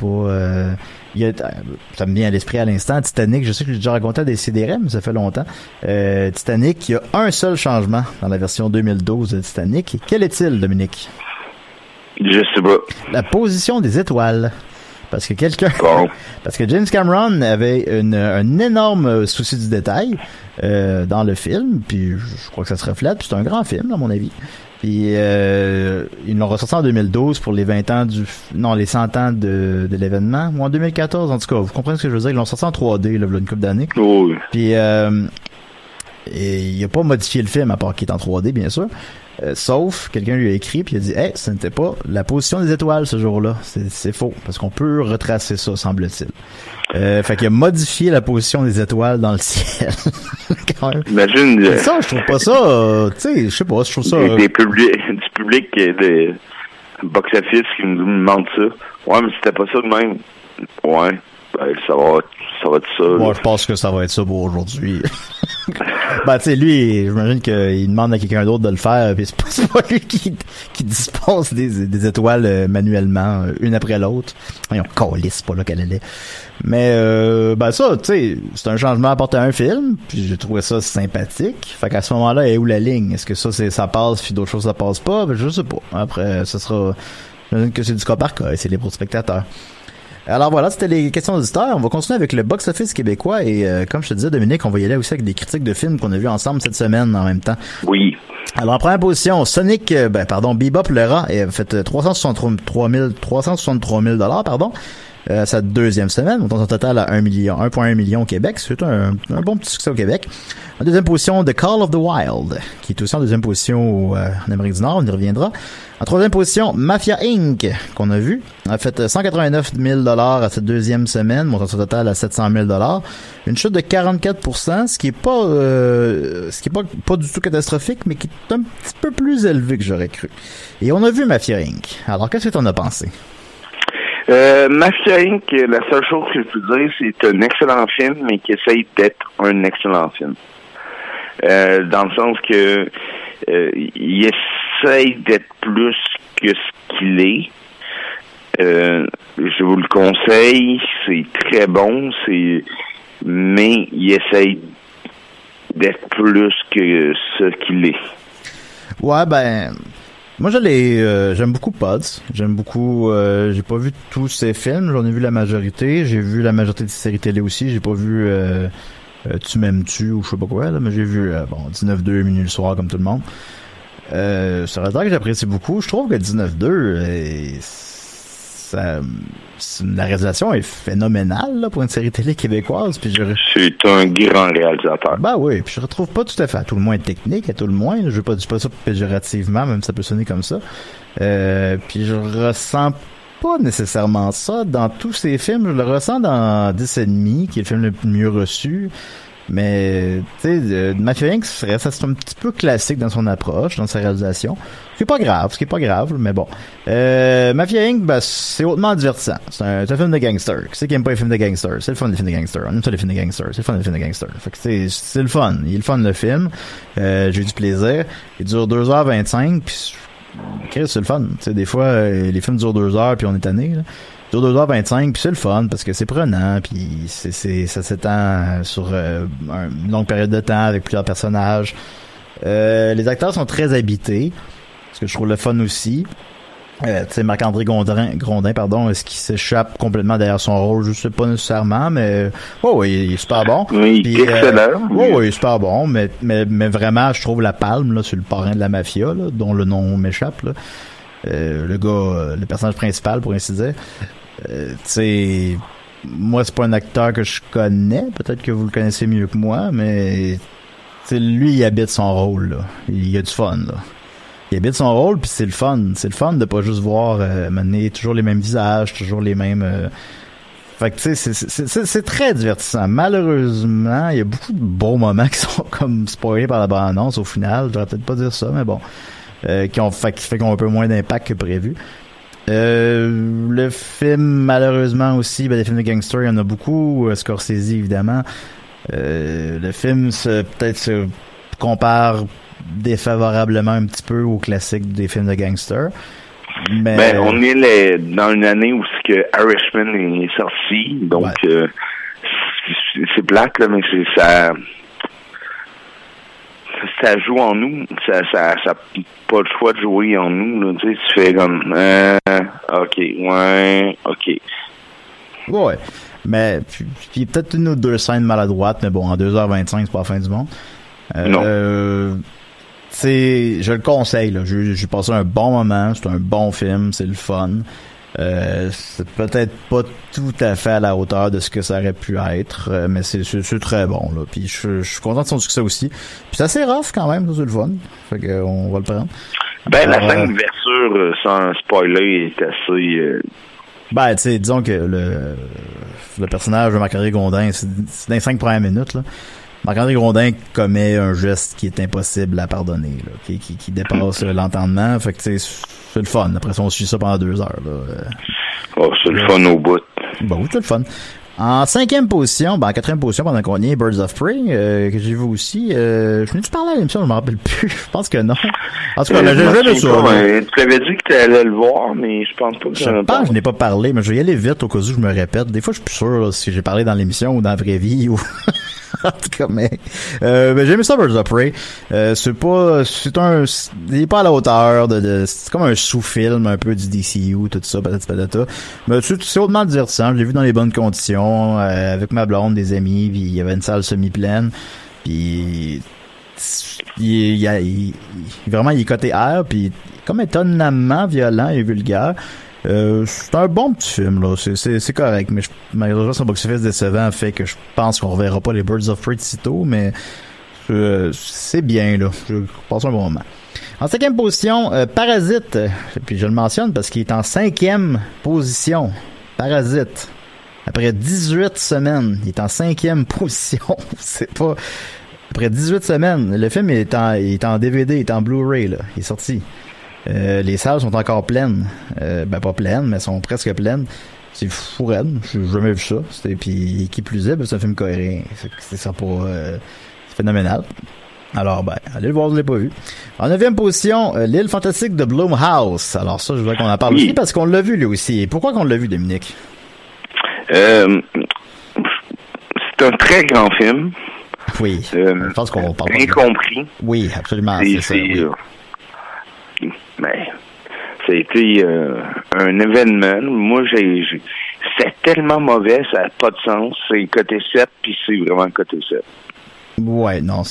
Ça me vient à l'esprit à l'instant. Titanic, je sais que j'ai déjà raconté à des CDRM, mais ça fait longtemps. Titanic, il y a un seul changement dans la version 2012 de Titanic. Quel est-il, Dominique? Je sais pas. La position des étoiles. Parce que James Cameron avait un énorme souci du détail dans le film, puis je crois que ça se reflète, puis c'est un grand film à mon avis. Puis ils l'ont ressorti en 2012 pour les 20 ans les 100 ans de l'événement, ou en 2014 en tout cas, vous comprenez ce que je veux dire, ils l'ont sorti en 3D là, une couple d'années. Oui. Puis il a pas modifié le film à part qu'il est en 3D bien sûr. Sauf, quelqu'un lui a écrit puis il a dit « Hey, ce n'était pas la position des étoiles ce jour-là. C'est faux. Parce qu'on peut retracer ça, semble-t-il. » Fait qu'il a modifié la position des étoiles dans le ciel. Quand même. Imagine... ça, je trouve pas ça... tu sais, je sais pas, je trouve ça... du public de box-office qui nous demande ça. Ouais, mais c'était pas ça de même. Ouais, ben, ça va être ça. Moi, je pense que ça va être ça pour aujourd'hui. Ben, tu sais, lui, j'imagine qu'il demande à quelqu'un d'autre de le faire, puis c'est pas lui qui dispose des étoiles manuellement, une après l'autre. Voyons, calisse, c'est pas là qu'elle allait. Mais, ben ça, tu sais, c'est un changement apporté à un film, puis j'ai trouvé ça sympathique. Fait qu'à ce moment-là, est où la ligne? Est-ce que ça passe, puis d'autres choses ça passe pas? Ben, je sais pas. Après, ça sera... J'imagine que c'est du cas par cas, et c'est libre aux spectateurs. Alors voilà, c'était les questions auditeurs. On va continuer avec le box-office québécois et comme je te disais, Dominique, on va y aller aussi avec des critiques de films qu'on a vus ensemble cette semaine en même temps. Oui. Alors en première position, Bebop le rat a fait 363 000 sa deuxième semaine, montant son total à 1,1 million au Québec. C'est un bon petit succès au Québec. En deuxième position, The Call of the Wild, qui est aussi en deuxième position en Amérique du Nord, on y reviendra. En troisième position, Mafia Inc., qu'on a vu, a fait 189 000 à cette deuxième semaine, montant son total à 700 000 Une chute de 44%, ce qui est pas du tout catastrophique, mais qui est un petit peu plus élevé que j'aurais cru. Et on a vu Mafia Inc. Alors, qu'est-ce que t'en as pensé? Mafia Inc., la seule chose que je peux dire, c'est un excellent film, mais qui essaye d'être un excellent film. Dans le sens que il essaye d'être plus que ce qu'il est. Je vous le conseille, c'est très bon, mais il essaye d'être plus que ce qu'il est. Ouais, ben... Moi, j'aime beaucoup Pods. J'aime beaucoup, j'ai pas vu tous ses films. J'en ai vu la majorité. J'ai vu la majorité des séries télé aussi. J'ai pas vu, Tu m'aimes-tu ou je sais pas quoi, là. Mais j'ai vu, 19-2, Minuit le soir, comme tout le monde. C'est un retard que j'apprécie beaucoup. Je trouve que 19-2, la réalisation est phénoménale, là, pour une série télé québécoise. Puis c'est un grand réalisateur. Ben oui, puis je retrouve pas tout à fait, à tout le moins technique, à tout le moins. Je dis pas ça péjorativement, même si ça peut sonner comme ça. Puis je ressens pas nécessairement ça dans tous ces films. Je le ressens dans 10 et demi, qui est le film le mieux reçu. Mais, tu sais, Mafia Inc. c'est un petit peu classique dans son approche, dans sa réalisation. Ce qui est pas grave, mais bon. Mafia Inc., ben, c'est hautement divertissant. C'est un film de gangster. Qui c'est qui aime pas les films de gangster? C'est le fun des films de gangster. On aime ça les films de gangster. C'est le fun des films de gangster. Fait que c'est le fun. Il est le fun, le film. J'ai eu du plaisir. Il dure 2h25, puis c'est le fun. Tu sais, des fois, les films durent 2 heures, puis on est tanné, là. 2h25, puis c'est le fun parce que c'est prenant, puis ça s'étend sur une longue période de temps avec plusieurs personnages. Les acteurs sont très habités, ce que je trouve le fun aussi. Tu sais, Marc-André Grondin, est-ce qu'il s'échappe complètement derrière son rôle? Je sais pas nécessairement, mais oui, il est super bon. Oui, il est excellent. Oui, il est super bon, mais vraiment, je trouve la palme là sur le parrain de la mafia, là, dont le nom m'échappe, là. Le gars, le personnage principal, pour ainsi dire. Tu sais, moi, c'est pas un acteur que je connais. Peut-être que vous le connaissez mieux que moi, mais tu sais, lui, il habite son rôle, là. Il a du fun, là. Il habite son rôle, puis c'est le fun. C'est le fun de pas juste voir mener toujours les mêmes visages, toujours les mêmes... Fait que tu sais, c'est très divertissant. Malheureusement, il y a beaucoup de beaux moments qui sont comme spoilés par la bande-annonce au final. Je devrais peut-être pas dire ça, mais bon. Qui fait qu'on a un peu moins d'impact que prévu. Le film, malheureusement aussi, des films de gangsters, il y en a beaucoup. Scorsese, évidemment. Le film peut-être se compare défavorablement un petit peu au classique des films de gangsters. Mais on est dans une année où Irishman est sorti, donc c'est plate là, mais ça joue en nous, ça pas le choix de jouer en nous là, tu sais, tu fais comme ok. Ouais. Mais puis peut-être une ou deux scènes maladroites, mais bon, en 2h25, c'est pas la fin du monde. Non. Je le conseille, là. J'ai passé un bon moment, c'est un bon film, c'est le fun. C'est peut-être pas tout à fait à la hauteur de ce que ça aurait pu être, mais c'est très bon, là. Puis je suis content de son succès aussi. Puis c'est assez rough quand même, c'est le fun. Fait que on va le prendre. La scène d'ouverture, sans spoiler, est assez... tu sais, disons que le personnage de Marc-André Grondin, c'est dans les 5 premières minutes, là. Marc-André Grondin commet un geste qui est impossible à pardonner, là, qui dépasse l'entendement. Fait que c'est le fun. Après ça, on suit ça pendant 2 heures. Là. C'est le fun au bout. Bon, c'est le fun. En 5e position, en 4e position, pendant qu'on y est, Birds of Prey, que j'ai vu aussi. Je venais-tu parler à l'émission? Je me rappelle plus. Je pense que non. En tout cas, j'ai vu ça. Tu avais dit que tu allais le voir, mais je pense pas que je pense que je n'ai pas parlé, mais je vais y aller vite au cas où je me répète. Des fois, je suis plus sûr là, si j'ai parlé dans l'émission ou dans la vraie vie ou... En tout cas, mais j'ai aimé ça, Birds of Prey. Il est pas à la hauteur c'est comme un sous-film un peu du DCU, tout ça, patata. Mais c'est hautement divertissant. Je l'ai vu dans les bonnes conditions, avec ma blonde, des amis, puis il y avait une salle semi-pleine. Puis vraiment, il est côté R, puis comme étonnamment violent et vulgaire. C'est un bon petit film, là. C'est correct, mais malheureusement, son box-office décevant fait que je pense qu'on reverra pas les Birds of Prey de sitôt, mais c'est bien, là. Je passe un bon moment. En 5e position, Parasite. Puis je le mentionne parce qu'il est en 5e position. Parasite. Après 18 semaines, il est en 5e position. C'est pas... Après 18 semaines, le film il est en DVD, il est en Blu-ray, là. Il est sorti. Les salles sont encore pleines. Pas pleines, mais sont presque pleines. C'est fou raide. J'ai jamais vu ça. Puis qui plus est, c'est un film cohérent. C'est ça pour... c'est phénoménal. Alors, allez le voir, je l'ai pas vu. En 9e position, L'île fantastique de Blumhouse. Alors ça, je voudrais qu'on en parle aussi parce qu'on l'a vu lui aussi. Et pourquoi qu'on l'a vu, Dominique? C'est un très grand film. Oui. Je pense qu'on parle bien compris. Oui, absolument. C'est ça. Oui. Mais ça a été un événement. Moi, c'est tellement mauvais, ça n'a pas de sens. C'est côté 7, puis c'est vraiment côté 7. Ouais, non,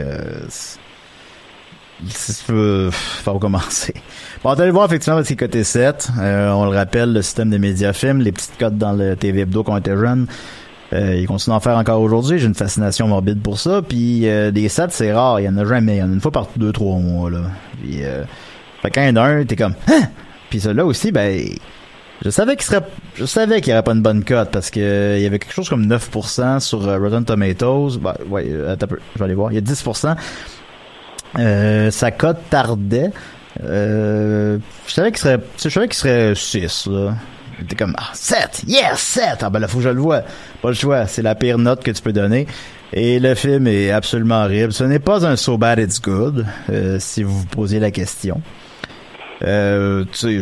faut recommencer. Bon, on va aller voir effectivement c'est côté 7. On le rappelle, le système des Mediafilm, les petites cotes dans le TV Hebdo quand on était jeune. Ils continuent à en faire encore aujourd'hui. J'ai une fascination morbide pour ça. Puis des 7, c'est rare. Il y en a jamais. Il y en a une fois par 2-3 mois, là. Puis fait quand il y en a un, t'es comme hein? Puis celui-là aussi, Je savais qu'il y aurait pas une bonne cote parce que il y avait quelque chose comme 9% sur Rotten Tomatoes. Ben, ouais, attends un peu, je vais aller voir. Il y a 10%. Sa cote tardait. Je savais qu'il serait 6, là. Il était comme, 7! Yes! 7! Ah ben là, faut que je le voie. Pas le choix. C'est la pire note que tu peux donner. Et le film est absolument horrible. Ce n'est pas un So Bad It's Good, si vous vous posez la question. Tu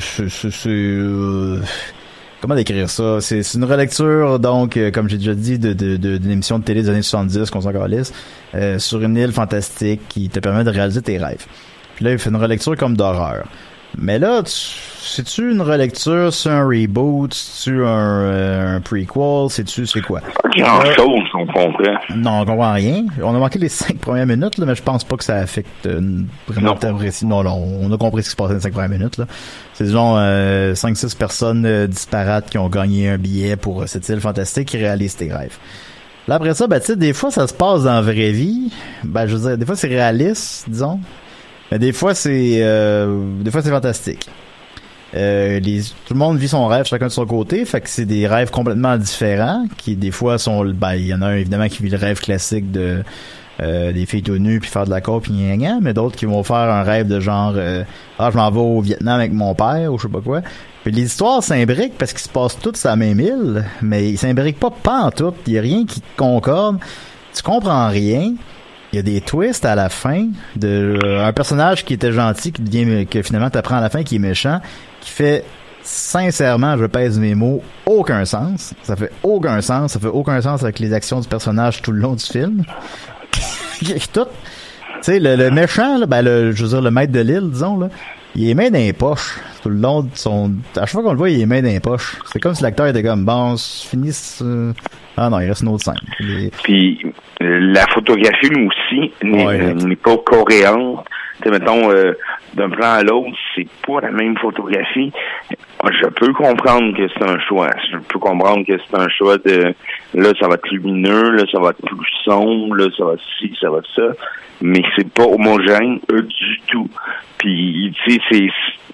sais, comment décrire ça? C'est une relecture, donc, comme j'ai déjà dit, d'une émission de télé des années 70, qu'on s'en calisse, sur une île fantastique qui te permet de réaliser tes rêves. Puis là, il fait une relecture comme d'horreur. Mais là, c'est-tu une relecture, c'est un reboot, c'est-tu un prequel, c'est quoi? Grand-chose, on comprend. Non, on comprend rien. On a manqué les 5 premières minutes, là, mais je pense pas que ça affecte vraiment le récit. Non, on a compris ce qui se passait dans les 5 premières minutes, là. C'est disons 5-6 personnes disparates qui ont gagné un billet pour cette île fantastique qui réalisent tes rêves. Là, après ça, ben, tu sais, des fois, ça se passe dans la vraie vie. Ben, je veux dire, des fois, c'est réaliste, disons. Mais des fois, c'est fantastique. Tout le monde vit son rêve chacun de son côté, fait que c'est des rêves complètement différents qui des fois sont, ben, il y en a un évidemment qui vit le rêve classique de des filles tout nues puis faire de la coke puis gna, mais d'autres qui vont faire un rêve de genre je m'en vais au Vietnam avec mon père ou je sais pas quoi. Puis les histoires s'imbriquent parce qu'ils se passent toutes sur la même île, mais ils s'imbriquent pas en tout, il y a rien qui concorde. Tu comprends rien. Il y a des twists à la fin de un personnage qui était gentil que finalement t'apprends à la fin qui est méchant, qui fait sincèrement, je pèse mes mots, aucun sens. Ça fait aucun sens avec les actions du personnage tout le long du film. Tout. Tu sais, le méchant, là, ben je veux dire le maître de l'île, disons là, il est main dans les poches tout le long de son. À chaque fois qu'on le voit, il est main dans les poches. C'est comme si l'acteur était comme bon, finisse. Ah non, il reste une autre scène. Puis la photographie aussi n'est pas cohérente. Tu sais, mettons, d'un plan à l'autre, c'est pas la même photographie. Je peux comprendre que c'est un choix. Je peux comprendre que c'est un choix de là, ça va être lumineux, là, ça va être plus sombre, là, ça va être ci, ça va être ça. Mais c'est pas homogène du tout. Puis, tu sais,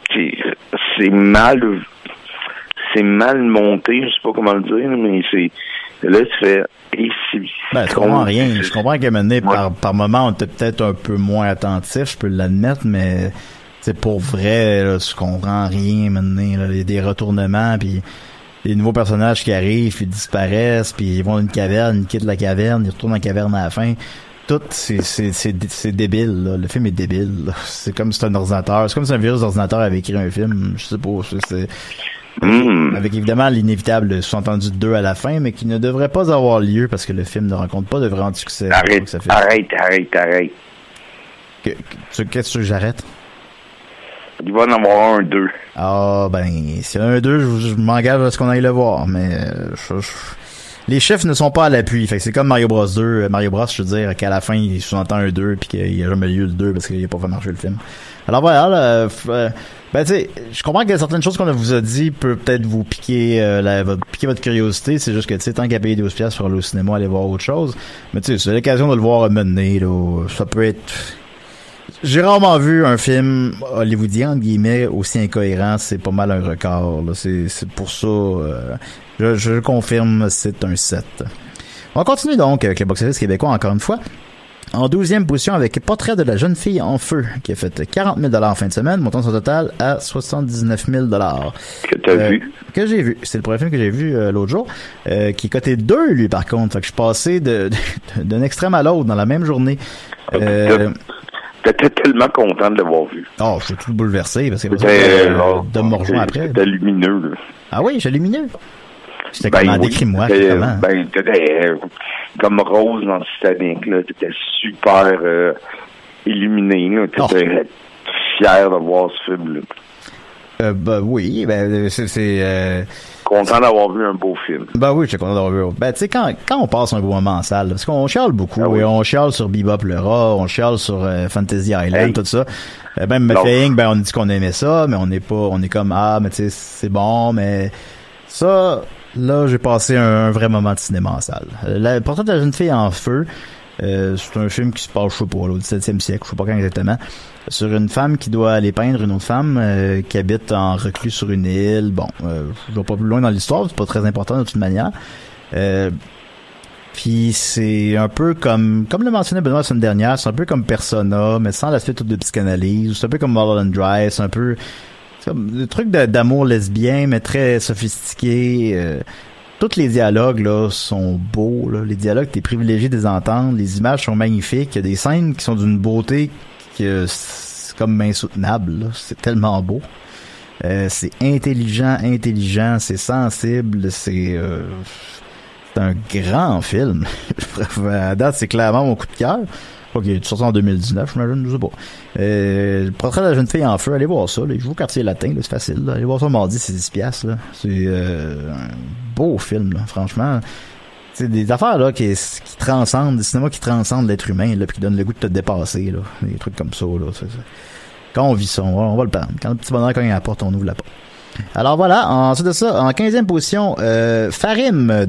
c'est mal monté, je sais pas comment le dire, mais c'est là, tu fais je comprends rien. Je comprends qu'à un moment donné, par moment, on était peut-être un peu moins attentif, je peux l'admettre, mais c'est pour vrai, là, tu comprends rien maintenant. Il y a des retournements, puis des nouveaux personnages qui arrivent, puis ils disparaissent, puis ils vont dans une caverne, ils quittent la caverne, ils retournent dans la caverne à la fin. Tout, c'est débile, là. Le film est débile, là. C'est comme si c'était un ordinateur. C'est comme si un virus d'ordinateur avait écrit un film. Je sais pas. Avec évidemment l'inévitable sous-entendu 2 à la fin, mais qui ne devrait pas avoir lieu parce que le film ne rencontre pas de grand succès. Arrête. Qu'est-ce que j'arrête? Il va en avoir un 2. Ah, ben, s'il y a un 2, je m'engage à ce qu'on aille le voir, mais les chiffres ne sont pas à l'appui. Fait que c'est comme Mario Bros 2. Mario Bros, je veux dire, qu'à la fin, il sous-entend un 2 puis qu'il n'y a jamais eu le 2 parce qu'il n'a pas fait marcher le film. Alors voilà, là, ben tu sais, je comprends que certaines choses qu'on vous a dit peut-être vous piquer piquer votre curiosité. C'est juste que tu sais, tant qu'à payer 12$ pour aller au cinéma, aller voir autre chose. Mais tu sais, c'est l'occasion de le voir mener, là. Ça peut être. J'ai rarement vu un film hollywoodien, entre guillemets, aussi incohérent. C'est pas mal un record, là. C'est pour ça, je confirme, c'est un 7. On continue donc avec le box-office québécois encore une fois. En 12e position avec Portrait de la jeune fille en feu, qui a fait 40 000 en fin de semaine, montant son total à 79 000 Que t'as vu? Que j'ai vu. C'est le premier film que j'ai vu l'autre jour, qui est coté 2, lui, par contre. Fait que je suis passé d'un extrême à l'autre dans la même journée. T'étais tellement content de l'avoir vu. Oh, je suis tout bouleversé, parce que de me rejoindre après. C'était lumineux, là. Ah oui, j'ai lumineux? C'était comment? Décris-moi, comment? Ben, t'étais comme Rose dans Titanic, là. T'étais super illuminé, là. T'étais fier de voir ce film-là. Ben oui, ben c'est content d'avoir vu un beau film. Ben oui, j'étais content d'avoir vu. Ben tu sais, quand on passe un beau moment en salle, parce qu'on chiale beaucoup, et on chiale sur Bebop le rat, on chiale sur Fantasy Island, tout ça. Même Mething, ben on dit qu'on aimait ça, mais on est comme mais tu sais, c'est bon, mais ça, là, j'ai passé un vrai moment de cinéma en salle. Pourtant, la jeune fille en feu, C'est un film qui se passe, je sais pas, au 17e siècle, je sais pas quand exactement, sur une femme qui doit aller peindre une autre femme qui habite en reclus sur une île. Bon, je vais pas plus loin dans l'histoire, c'est pas très important de toute manière. Puis c'est un peu comme le mentionnait Benoît la semaine dernière, c'est un peu comme Persona, mais sans l'aspect tout de psychanalyse. C'est un peu comme Mulholland Drive, c'est un peu des trucs d'amour lesbien, mais très sophistiqué. Tous les dialogues là sont beaux. Là. Les dialogues, t'es privilégié de les entendre. Les images sont magnifiques. Il y a des scènes qui sont d'une beauté que c'est comme insoutenable. Là. C'est tellement beau. C'est intelligent, c'est sensible, c'est un grand film. À date, c'est clairement mon coup de cœur. Ok, il est sorti en 2019, j'imagine, je sais pas. Le portrait de la jeune fille en feu, allez voir ça, là. Il joue au Quartier Latin, là, c'est facile, là. Allez voir ça mardi, c'est 10$, là. C'est un beau film, là, franchement. C'est des affaires, là, qui transcendent, des cinémas qui transcendent l'être humain, là, puis qui donnent le goût de te dépasser, là. Des trucs comme ça, là. Quand on vit ça, on va le prendre. Quand le petit bonheur cogne à la porte, on ouvre la porte. Alors voilà, ensuite de ça, en 15e position, Fahim,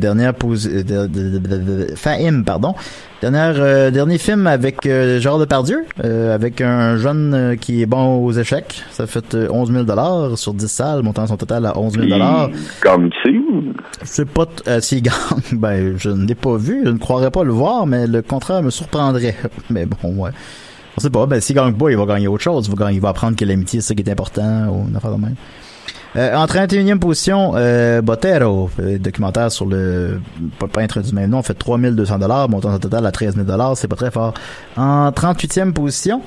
dernier film avec Gérard Depardieu, avec un jeune qui est bon aux échecs. Ça fait 11 000 sur 10 salles, montant son total à 11 000 Comme si. C'est pas s'il gagne, ben je ne l'ai pas vu, je ne croirais pas le voir, mais le contraire me surprendrait. Mais bon, ouais. On sait pas, ben s'il gagne pas, il va gagner autre chose. Il va apprendre que l'amitié, c'est ça qui est important, ou une affaire de même. En 31e position, Botero, documentaire sur le peintre du même nom, on fait 3 200 $, montant total à 13 000 $, c'est pas très fort. En 38e position,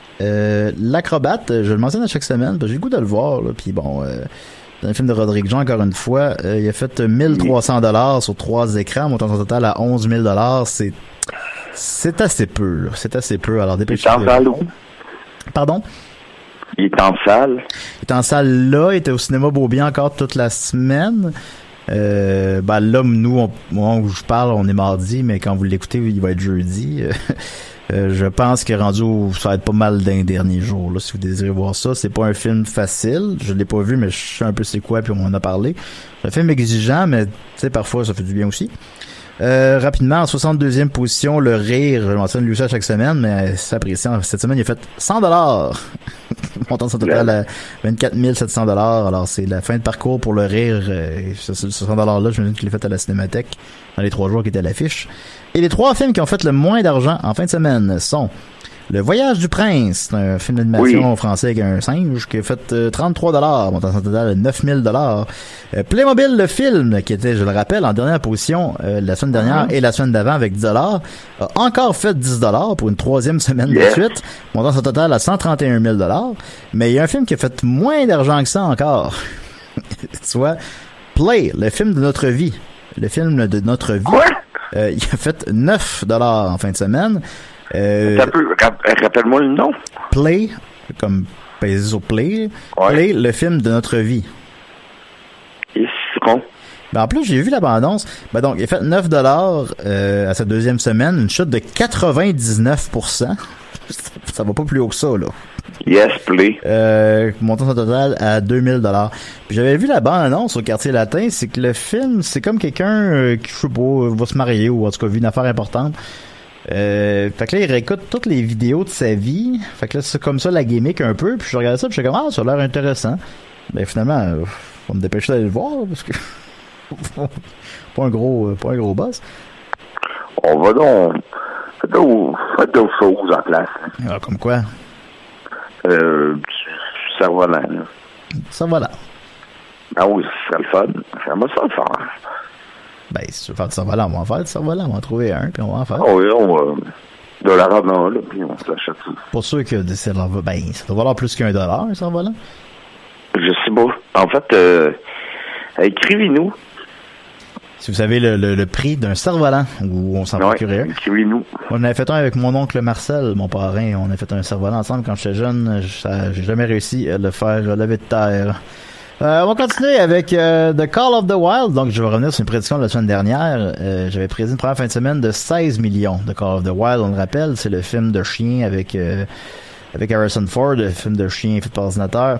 L'Acrobate, je le mentionne à chaque semaine, parce que j'ai le goût de le voir, là, puis bon, dans le film de Rodrigue Jean, encore une fois, il a fait 1 300 $ sur 3 écrans, montant son total à 11 000 $, c'est assez peu, là, c'est assez peu, alors dépêchez-vous. Pardon? Il est en salle. Il est en salle là, il était au cinéma Beaubien encore toute la semaine. Ben là, nous, au moment où je parle, on est mardi, mais quand vous l'écoutez, il va être jeudi. Je pense qu'il est rendu ça va être pas mal d'un dernier jour, là, si vous désirez voir ça. C'est pas un film facile. Je l'ai pas vu, mais je sais un peu c'est quoi, puis on en a parlé. C'est un film exigeant, mais tu sais, parfois, ça fait du bien aussi. Rapidement, en 62e position, Le Rire, je mentionne lui ça à chaque semaine, mais c'est apprécié. Cette semaine, il a fait 100 $. Montant son total à 24 700 $. Alors, c'est la fin de parcours pour Le Rire. Ce 100 $-là, je me dis qu'il l'a fait à la Cinémathèque dans les 3 jours qui étaient à l'affiche. Et les 3 films qui ont fait le moins d'argent en fin de semaine sont Le Voyage du Prince, c'est un film d'animation français avec un singe qui a fait 33 $, montant son total à 9 000 $. Playmobil, le film, qui était, je le rappelle, en dernière position la semaine dernière et la semaine d'avant avec 10 $, a encore fait 10 $, pour une 3e semaine de suite, montant son total à 131 000 $. Mais il y a un film qui a fait moins d'argent que ça encore. Soit Play, le film de notre vie. Le film de notre vie. Il a fait 9 $ en fin de semaine. Rappelle-moi le nom. Play, comme peser sur Play. Ouais. Play, le film de notre vie. Et c'est con. Ben en plus, j'ai vu la bande-annonce. Ben donc, il a fait 9 $ à sa 2e semaine, une chute de 99%. Ça va pas plus haut que ça, là. Yes, Play. Montant son total à 2 000 $. Puis j'avais vu la bande-annonce au Quartier Latin, c'est que le film, c'est comme quelqu'un qui, je sais pas, va se marier ou en tout cas vit une affaire importante. Fait que là, il réécoute toutes les vidéos de sa vie. Fait que là, c'est comme ça la gimmick un peu. Puis je regardais ça, puis je suis comme, ah, ça a l'air intéressant. Ben finalement, faut me dépêcher d'aller le voir, là, parce que pas un gros boss. On va donc faites d'autres choses en place. Ah, comme quoi? Cerf-Volant, là. Cerf-Volant. Ah oui, ce serait le fun. J'aimerais ça le faire. Ben, si tu veux faire du cerf-volant, on va en faire du cerf-volant. On va en trouver un, puis on va en faire. Ah oui, on va de la ramener, là, puis on se l'achète. Pour sûr que ça doit valoir plus qu'1 $, un cerf-volant? Je sais pas. En fait, écrivez-nous. Si vous savez le prix d'un cerf-volant, où on s'en procurait un. Écrivez-nous. On avait fait un avec mon oncle Marcel, mon parrain. On a fait un cerf-volant ensemble quand j'étais jeune. J'ai jamais réussi à le faire lever de terre. On va continuer avec The Call of the Wild. Donc, je vais revenir sur une prédiction de la semaine dernière. J'avais prédit une première fin de semaine de 16 millions de Call of the Wild. On le rappelle, c'est le film de chien avec Harrison Ford, le film de chien fait par ordinateur.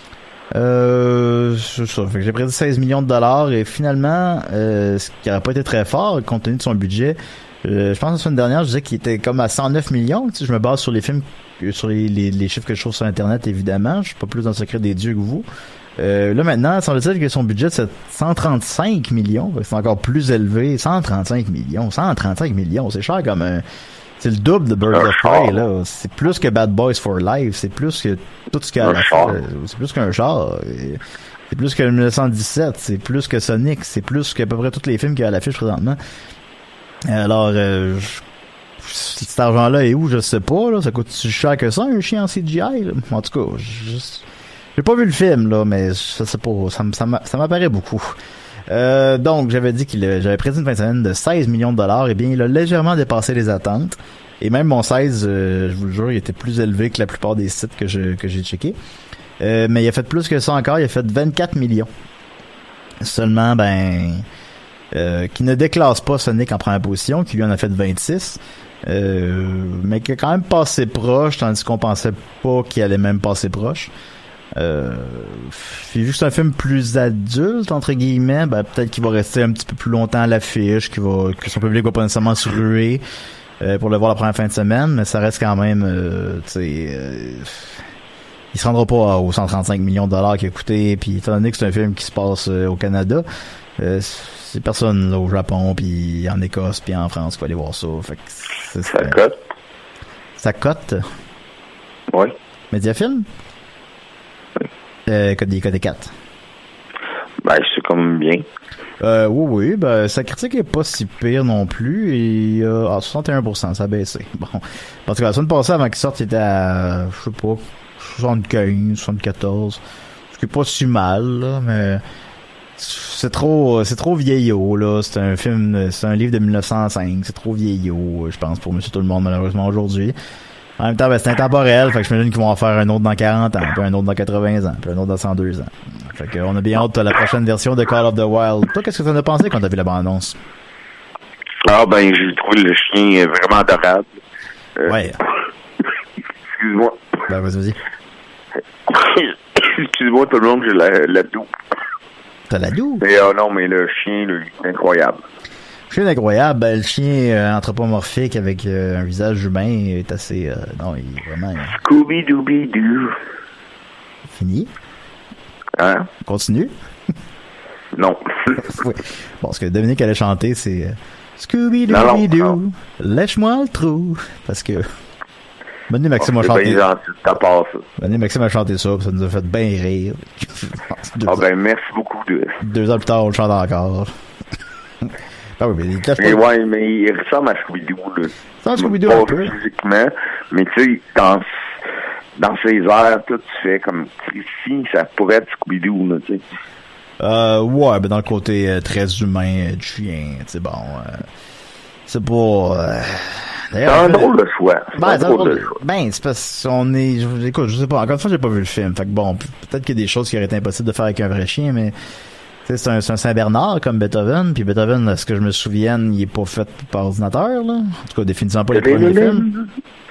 C'est ça. Fait que j'ai prédit 16 millions de dollars et finalement, ce qui n'aurait pas été très fort compte tenu de son budget, Je pense que la semaine dernière, je disais qu'il était comme à 109 millions. Tu sais, je me base sur les films, sur les chiffres que je trouve sur Internet, évidemment. Je suis pas plus dans le secret des dieux que vous. Là, maintenant, semble-t-il que son budget, c'est 135 millions. C'est encore plus élevé. 135 millions. 135 millions. C'est cher comme un... C'est le double de Birds of Prey, là. C'est plus que Bad Boys for Life. C'est plus que tout ce qu'il y a à la fin. C'est plus qu'un char. C'est plus que 1917. C'est plus que Sonic. C'est plus qu'à peu près tous les films qu'il y a à l'affiche présentement. Alors, cet argent-là est où? Je sais pas, là. Ça coûte si cher que ça, un chien en CGI, là? En tout cas, j'ai pas vu le film, là, mais je sais pas. Ça m'apparaît beaucoup. Donc, j'avais dit j'avais prédit une fin de semaine de 16 millions de dollars. Eh bien, il a légèrement dépassé les attentes. Et même mon 16, je vous le jure, il était plus élevé que la plupart des sites que j'ai checké. Mais il a fait plus que ça encore. Il a fait 24 millions. Seulement, qui ne déclasse pas Sonic en première position, qui lui en a fait 26. Mais qui a quand même passé proche, tandis qu'on pensait pas qu'il allait même passer proche. Vu que c'est un film plus adulte entre guillemets, peut-être qu'il va rester un petit peu plus longtemps à l'affiche, que son public va pas nécessairement se ruer pour le voir la première fin de semaine, mais ça reste quand même il se rendra pas aux 135 millions de dollars qu'il a coûté, puis étant donné que c'est un film qui se passe au Canada, c'est personne là au Japon, puis en Écosse, puis en France qui va aller voir ça. Fait que ça cote. Ça cote? Oui. Mediafilm? Code 4. C'est comme bien. Oui, sa critique est pas si pire non plus, et 61%, ça a baissé. Bon. Parce que la semaine passée, avant qu'il sorte, il était à, je sais pas, 75, 74. Ce qui est pas si mal, là, mais c'est trop vieillot, là. C'est un livre de 1905. C'est trop vieillot, je pense, pour Monsieur Tout-le-Monde, malheureusement, aujourd'hui. En même temps, c'est intemporel, fait que je m'imagine qu'ils vont en faire un autre dans 40 ans, puis un autre dans 80 ans, puis un autre dans 102 ans. Fait que on a bien hâte à la prochaine version de Call of the Wild. Toi, qu'est-ce que t'en as pensé quand t'as vu la bande-annonce? J'ai trouvé le chien vraiment adorable. Ouais. Excuse-moi. Vas-y. Excuse-moi tout le monde, j'ai la doux. T'as la doux? Non, mais le chien, là, il est incroyable. Le chien est incroyable. Le chien anthropomorphique avec un visage humain est assez... non, il est vraiment... Scooby-Dooby-Doo. Fini? Hein? Continue? Non. Oui. Bon, ce que Dominique allait chanter, c'est... Scooby-Dooby-Doo, lèche-moi le trou. Parce que... Bonne Maxime a chanté. Bonne Maxime a chanté ça, ça nous a fait bien rire. Merci beaucoup. 2 ans plus tard, on le chante encore. Ah oui, mais il ressemble à Scooby-Doo, là. C'est un Scooby-Doo un peu. Physiquement, mais tu sais, dans ses airs, tout tu fais comme ici, ça pourrait être Scooby-Doo, là, tu sais. Ouais, dans le côté très humain du chien, c'est bon. C'est pas... c'est un drôle de choix. C'est parce qu'on est... Écoute, je sais pas. Encore une fois, j'ai pas vu le film. Fait que bon, peut-être qu'il y a des choses qui auraient été impossibles de faire avec un vrai chien, mais... C'est un Saint-Bernard comme Beethoven, puis Beethoven, à ce que je me souvienne, il est pas fait par ordinateur, là. En tout cas, définitivement pas les premiers films.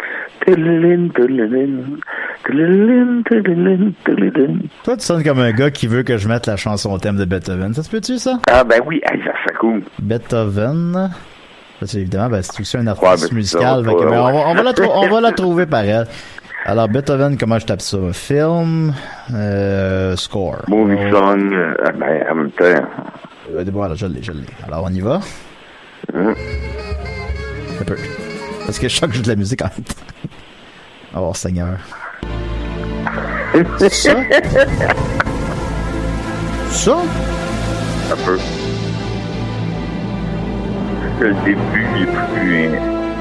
Toi, tu sonnes comme un gars qui veut que je mette la chanson thème de Beethoven. Ça se peut-tu, ça? Oui, ça serait cool. Beethoven... C'est évidemment, c'est aussi un artiste musical. On va la trouver par elle. Alors, Beethoven, comment je tape ça? Film, score. Movie song, en même temps. Voilà, je l'ai. Alors, on y va? Un peu. Parce que je sens que je joue de la musique en même temps. Oh, Seigneur. Ça? Ça? Un peu. Le début, il est plus...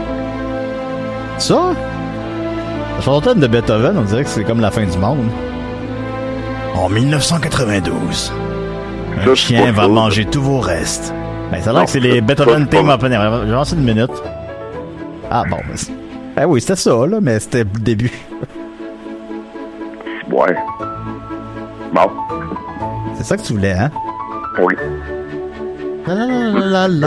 Ça? La chanson de Beethoven, on dirait que c'est comme la fin du monde. En 1992, un chien va manger tous vos restes. Ça a l'air que c'est les Beethoven Theme Opening. J'ai lancé une minute. Ah bon, oui, c'était ça, là, mais c'était le début. Ouais. Bon. C'est ça que tu voulais, hein? Oui. La.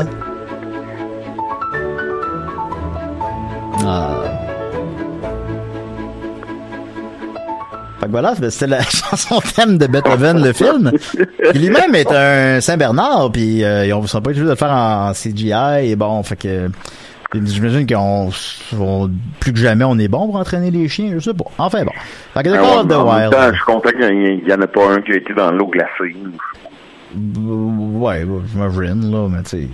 Fait que voilà, c'était la chanson thème de Beethoven, le film, qui lui-même est un Saint-Bernard, puis ils sont pas obligés de le faire en CGI, et bon, fait que J'imagine plus que jamais, on est bon pour entraîner les chiens, je sais pas. Enfin bon. Fait que The Call of the Wild. Je suis content qu'il y en a pas un qui a été dans l'eau glacée. Ouais, j'imagine, là, mais tu sais...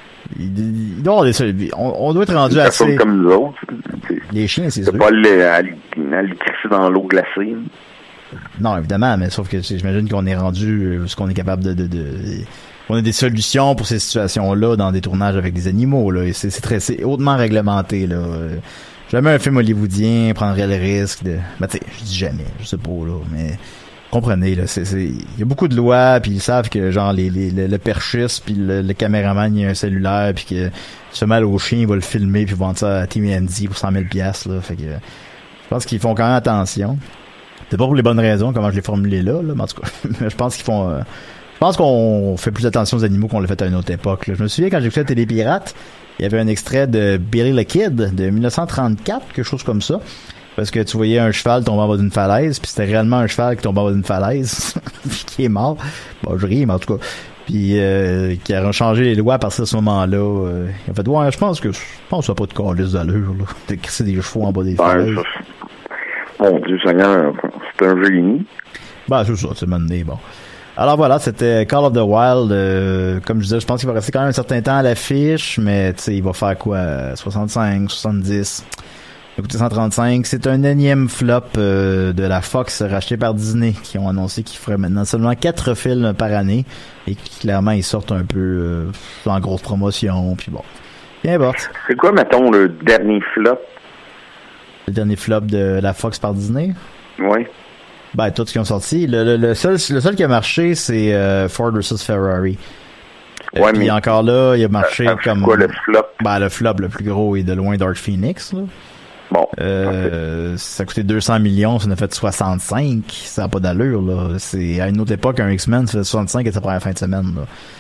On doit être rendu assez... comme nous autres. Les chiens, c'est sûr. C'est pas aller crisser dans l'eau glacée. Non, évidemment, mais sauf que j'imagine qu'on est rendu ce qu'on est capable on a des solutions pour ces situations-là dans des tournages avec des animaux, là. Et c'est hautement réglementé, là. Jamais un film hollywoodien prendrait le risque de... Ben, tu sais, je dis jamais, je sais pas, là, mais... Comprenez, là, il y a beaucoup de lois, puis ils savent que, genre, le perchiste, puis le caméraman, il a un cellulaire, puis que se mal au chien, il va le filmer, puis vendre ça à TMZ pour 100 000 $, là. Fait que, je pense qu'ils font quand même attention. C'est pas pour les bonnes raisons, comment je l'ai formulé là, mais en tout cas, je pense qu'ils font... je pense qu'on fait plus attention aux animaux qu'on l'a fait à une autre époque, là. Je me souviens, quand j'écoutais Télépirate, il y avait un extrait de Billy the Kid, de 1934, quelque chose comme ça. Parce que tu voyais un cheval tomber en bas d'une falaise, puis c'était réellement un cheval qui tombait en bas d'une falaise, puis qui est mort. Bon, je ris, mais en tout cas. Puis qui a changé les lois à partir de ce moment-là. Il a fait, ouais, je pense que ça n'a pas de calice d'allure, là, de crisser des chevaux en bas des falaises. Mon Dieu Seigneur, c'est un génie. Ben, c'est ça, c'est mené, bon. Alors voilà, c'était Call of the Wild. Comme je disais, je pense qu'il va rester quand même un certain temps à l'affiche, mais tu sais, il va faire quoi, 65, 70... Écoutez, 135, c'est un énième flop de la Fox racheté par Disney qui ont annoncé qu'ils feraient maintenant seulement 4 films par année et qui clairement ils sortent un peu en grosse promotion, puis bon. Bien bon. C'est quoi, mettons, le dernier flop? Le dernier flop de la Fox par Disney? Oui. Ben, tous qui ont sorti. Le seul qui a marché, c'est Ford vs Ferrari. Ouais, mais encore là, il a marché comme... quoi le flop? Ben, le flop le plus gros est de loin Dark Phoenix, là. Bon. Ça a coûté 200 millions, ça en a fait 65. Ça n'a pas d'allure, là. C'est, à une autre époque, un X-Men, ça fait 65 et sa première fin de semaine,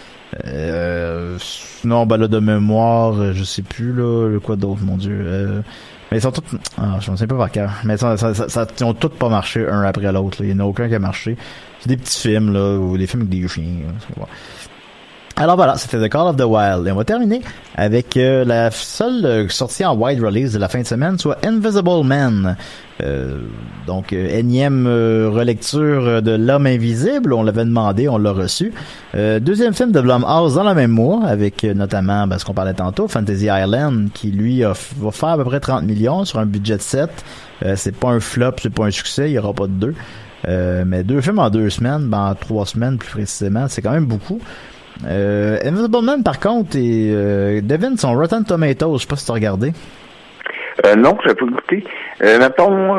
là. Sinon, ben là, de mémoire, je sais plus, là, quoi d'autre, mon Dieu. Mais ils sont tous, je ne sais pas par cœur. Mais ils ont tous pas marché un après l'autre, là. Il n'y en a aucun qui a marché. C'est des petits films, là, ou des films avec des chiens, là. Alors voilà, c'était The Call of the Wild. Et on va terminer avec la seule sortie en wide release de la fin de semaine, soit Invisible Man. Donc, énième relecture de L'Homme Invisible. On l'avait demandé, on l'a reçu. Deuxième film de Blumhouse dans le même mois, avec notamment ce qu'on parlait tantôt, Fantasy Island, qui lui va faire à peu près 30 millions sur un budget de 7. C'est pas un flop, c'est pas un succès, il y aura pas de 2. Mais 2 films en 2 semaines, en 3 semaines plus précisément, c'est quand même beaucoup. Invisible Man, par contre, et Devin, son Rotten Tomatoes, je sais pas si tu as regardé. Non, j'ai pas écouté. Mettons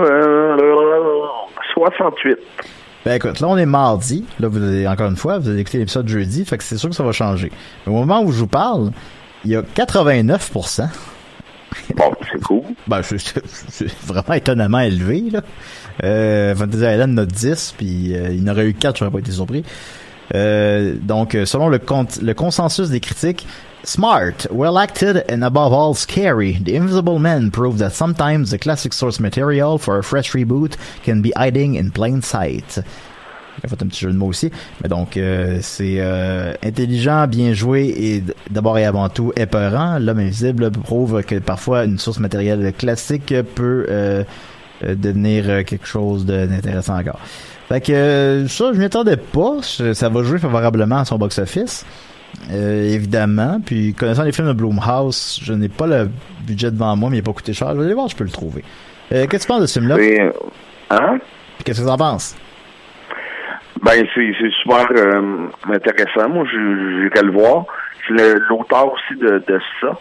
68. Ben écoute, là on est mardi. Là, vous avez, encore une fois, vous avez écouté l'épisode jeudi, fait que c'est sûr que ça va changer. Mais au moment où je vous parle, il y a 89%. Bon, c'est cool. Ben, c'est vraiment étonnamment élevé, là. Fantasy Island note 10, puis il y en aurait eu 4, j'aurais pas été surpris. Donc, selon le consensus des critiques, smart, well acted, and above all scary, The Invisible Man proved that sometimes the classic source material for a fresh reboot can be hiding in plain sight. J'ai fait un petit jeu de mots aussi. Mais donc, c'est intelligent, bien joué et d'abord et avant tout épeurant. L'Homme Invisible prouve que parfois une source matérielle classique peut devenir quelque chose d'intéressant encore. Fait que ça, je m'y attendais pas. Ça va jouer favorablement à son box-office. Évidemment. Puis, connaissant les films de Blumhouse, je n'ai pas le budget devant moi, mais il n'a pas coûté cher. Je vais aller voir si je peux le trouver. Qu'est-ce que tu penses de ce film-là? Hein? Qu'est-ce que tu en penses? Ben, c'est super intéressant. Moi, j'irai le voir. C'est l'auteur aussi de ça.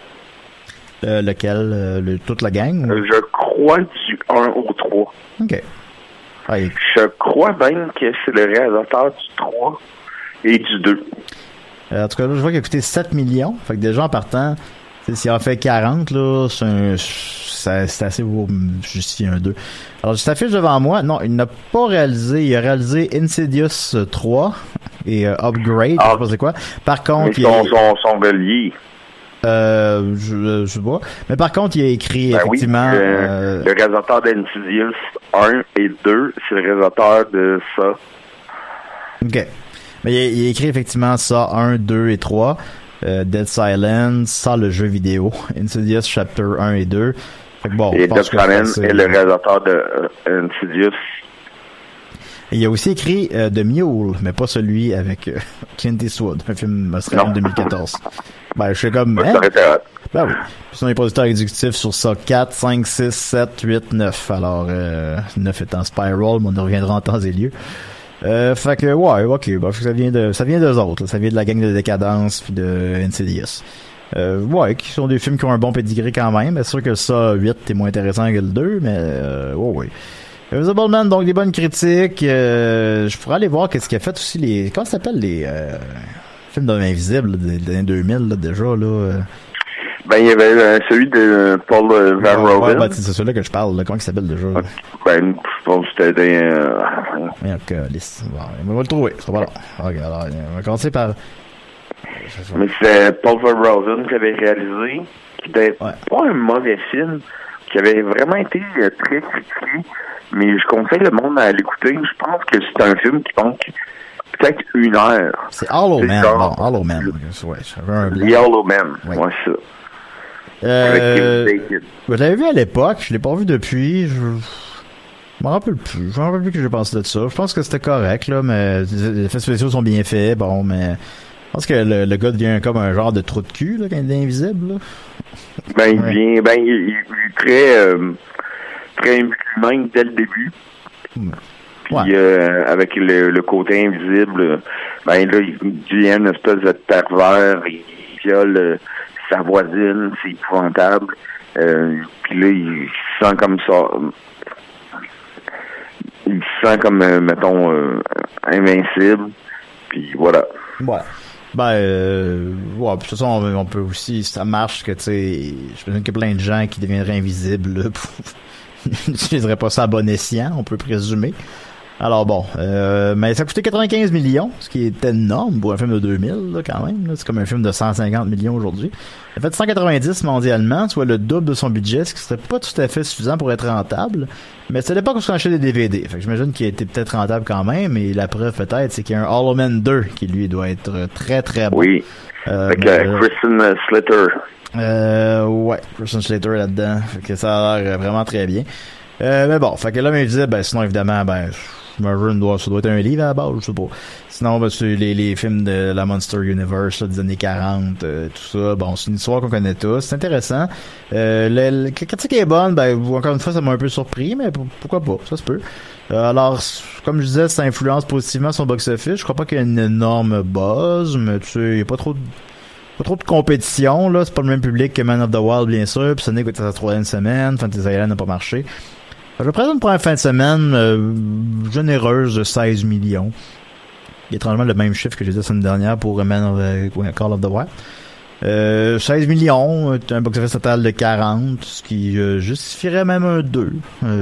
Lequel? Toute la gang? Je crois du 1 au 3. OK. Ouais. Je crois même que c'est le réalisateur du 3 et du 2. En tout cas, là, je vois qu'il a coûté 7 millions. Fait que déjà, en partant, s'il en fait 40, là, c'est assez pour justifier un 2. Alors, je t'affiche devant moi. Non, il n'a pas réalisé. Il a réalisé Insidious 3 et Upgrade, je sais pas c'est quoi. Par contre, ils sont reliés. Je sais pas. Mais par contre, il a écrit, effectivement... Oui, le réalisateur d'Insidious 1 et 2, c'est le réalisateur de ça. OK. Mais il a écrit, effectivement, ça, 1, 2 et 3. Dead Silence, sans le jeu vidéo, Insidious Chapter 1 et 2. Fait que bon, et Dead Silence est le réalisateur de Insidious. Et il a aussi écrit The Mule, mais pas celui avec Clint Eastwood, un film australien de 2014. Ben, je suis comme... Ben oui. Puis sinon, les producteurs exécutifs sur ça, 4, 5, 6, 7, 8, 9. Alors, 9 étant Spiral, mais on y reviendra en temps et lieu. Fait que, ouais, ok, bah, ça vient d'eux autres, là. Ça vient de la gang de Décadence puis de Insidious. Ouais, qui sont des films qui ont un bon pedigree quand même. C'est sûr que ça, 8 est moins intéressant que le 2, mais, ouais. Invisible Man, donc des bonnes critiques. Je pourrais aller voir qu'est-ce qu'il a fait aussi comment ça s'appelle les films d'hommes invisibles des années 2000 là, déjà là. Ben il y avait celui de Paul Verhoeven. Ouais, ben, c'est celui-là que je parle. Là. Comment il s'appelle déjà? Ben je pense que c'était on va le trouver. Ça va là. Ok, alors on va commencer par. Mais c'est Paul Verhoeven qui avait réalisé, qui n'était pas un mauvais film, qui avait vraiment été très critiqué. Mais je conseille le monde à l'écouter. Je pense que c'est un film qui manque peut-être 1 heure. C'est Hollow Man. Bon, Hollow Man. Ouais, j'avais un blanc. The Hollow Man. Ouais, ça. Je l'avais vu à l'époque. Je l'ai pas vu depuis. Je m'en rappelle plus. Je m'en rappelle plus que j'ai pensé de ça. Je pense que c'était correct, là, mais les effets spéciaux sont bien faits. Bon, mais je pense que le gars devient comme un genre de trou de cul, là, quand il est invisible, là. Ben, il devient, il est très humain dès le début. Puis avec le côté invisible, ben là, il devient une espèce de pervers, il viole sa voisine, c'est épouvantable. Puis là, il se sent comme ça. Il se sent comme, mettons, invincible. Puis voilà. Ouais. Ben, ouais, de toute façon, on peut aussi, ça marche que, tu sais, je pense qu'il y a plein de gens qui deviendraient invisibles, là, n'utiliseraient pas ça à bon escient, on peut présumer. Alors bon, mais ça a coûté 95 millions, ce qui est énorme pour un film de 2000, là, quand même. Là. C'est comme un film de 150 millions aujourd'hui. Il a fait 190 mondialement, soit le double de son budget, ce qui serait pas tout à fait suffisant pour être rentable. Mais c'est à l'époque où on achetait des DVD. Fait que j'imagine qu'il a été peut-être rentable quand même, et la preuve peut-être, c'est qu'il y a un Hollow Man 2 qui lui doit être très très bon. Oui. Avec Kristen Slater. Ouais, Kristen Slater là-dedans. Fait que ça a l'air vraiment très bien. Mais bon, fait que l'homme invisible, ben sinon évidemment, ben ça doit être un livre à la base, je sais pas. Sinon, ben, c'est les films de la Monster Universe là, des années 40, tout ça. Bon, c'est une histoire qu'on connaît tous. C'est intéressant. La critique est bonne. Ben, encore une fois, ça m'a un peu surpris, mais pourquoi pas? Ça se peut. Alors, comme je disais, ça influence positivement son box-office. Je crois pas qu'il y ait une énorme buzz, mais tu sais, il y a pas trop de compétition, là. C'est pas le même public que Man of the Wild, bien sûr. Puis Sonic était sa 3e semaine. Fantasy Island n'a pas marché. Je présente pour une fin de semaine généreuse de 16 millions. Étrangement le même chiffre que j'ai dit la semaine dernière pour Call of the Wild. 16 millions, un box-office total de 40, ce qui justifierait même un 2.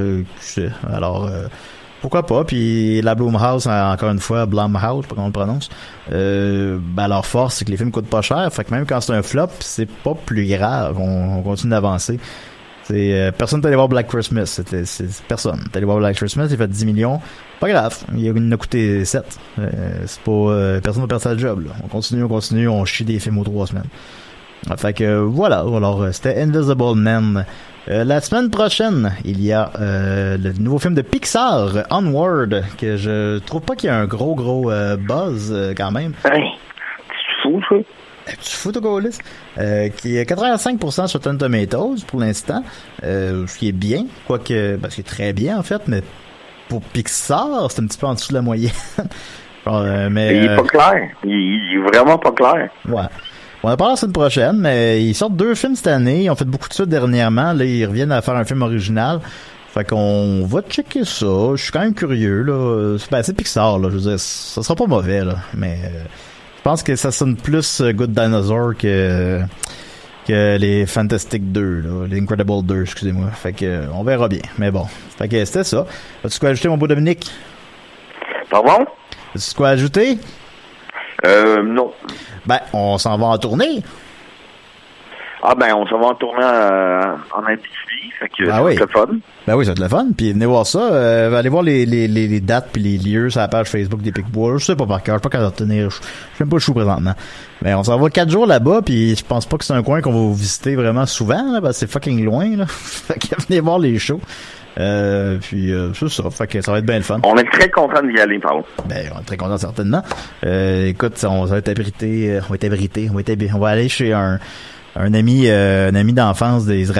Alors, pourquoi pas? Puis la Blumhouse, encore une fois, Blumhouse, je sais pas comment on le prononce. Ben leur force, c'est que les films coûtent pas cher. Fait que même quand c'est un flop, c'est pas plus grave. On continue d'avancer. Personne n'est allé voir Black Christmas. C'est personne. T'es allé voir Black Christmas, il a fait 10 millions. Pas grave. Il en a coûté 7. C'est pas, personne n'a perdu sa job, là. On continue, on chie des films aux 3 semaines. Fait que, voilà. Alors, c'était Invisible Man. La semaine prochaine, il y a, le nouveau film de Pixar, Onward, que je trouve pas qu'il y a un gros buzz, quand même. Hey, c'est fou, ça. Tu fous de Gaulis, qui est 85% sur Rotten Tomatoes pour l'instant, ce qui est bien, quoique, ben, c'est très bien en fait, mais pour Pixar, c'est un petit peu en dessous de la moyenne. Mais il est pas clair, il est vraiment pas clair. Ouais. On en parlera la semaine prochaine, mais ils sortent 2 films cette année, ils ont fait beaucoup de suites dernièrement, là ils reviennent à faire un film original. Fait qu'on va checker ça, je suis quand même curieux là. Ben, c'est Pixar là, je veux dire, ça sera pas mauvais là, mais je pense que ça sonne plus Good Dinosaur que les Fantastic 2, là, les Incredible 2, excusez-moi. Fait que on verra bien. Mais bon. Fait que c'était ça. As-tu quoi ajouter, mon beau Dominique? Pardon? As-tu quoi ajouter? Non. Ben, on s'en va en tournée. Ah ben, on s'en va en tournant en Abitibi, fait que Ah oui. c'est le fun. Ben oui, ça va être le fun. Puis venez voir ça. Allez voir les dates puis les lieux sur la page Facebook des Picbois. Je sais pas par cœur, je sais pas quand retenir. Je sais même pas le chou présentement. Mais on s'en va 4 jours là-bas, puis je pense pas que c'est un coin qu'on va visiter vraiment souvent, là, parce que c'est fucking loin, là. Fait que venez voir les shows. Puis c'est ça, fait que ça va être bien le fun. On est très contents d'y aller, pardon. Ben, on est très contents certainement. Écoute, on va être abrité, on va aller chez un ami d'enfance des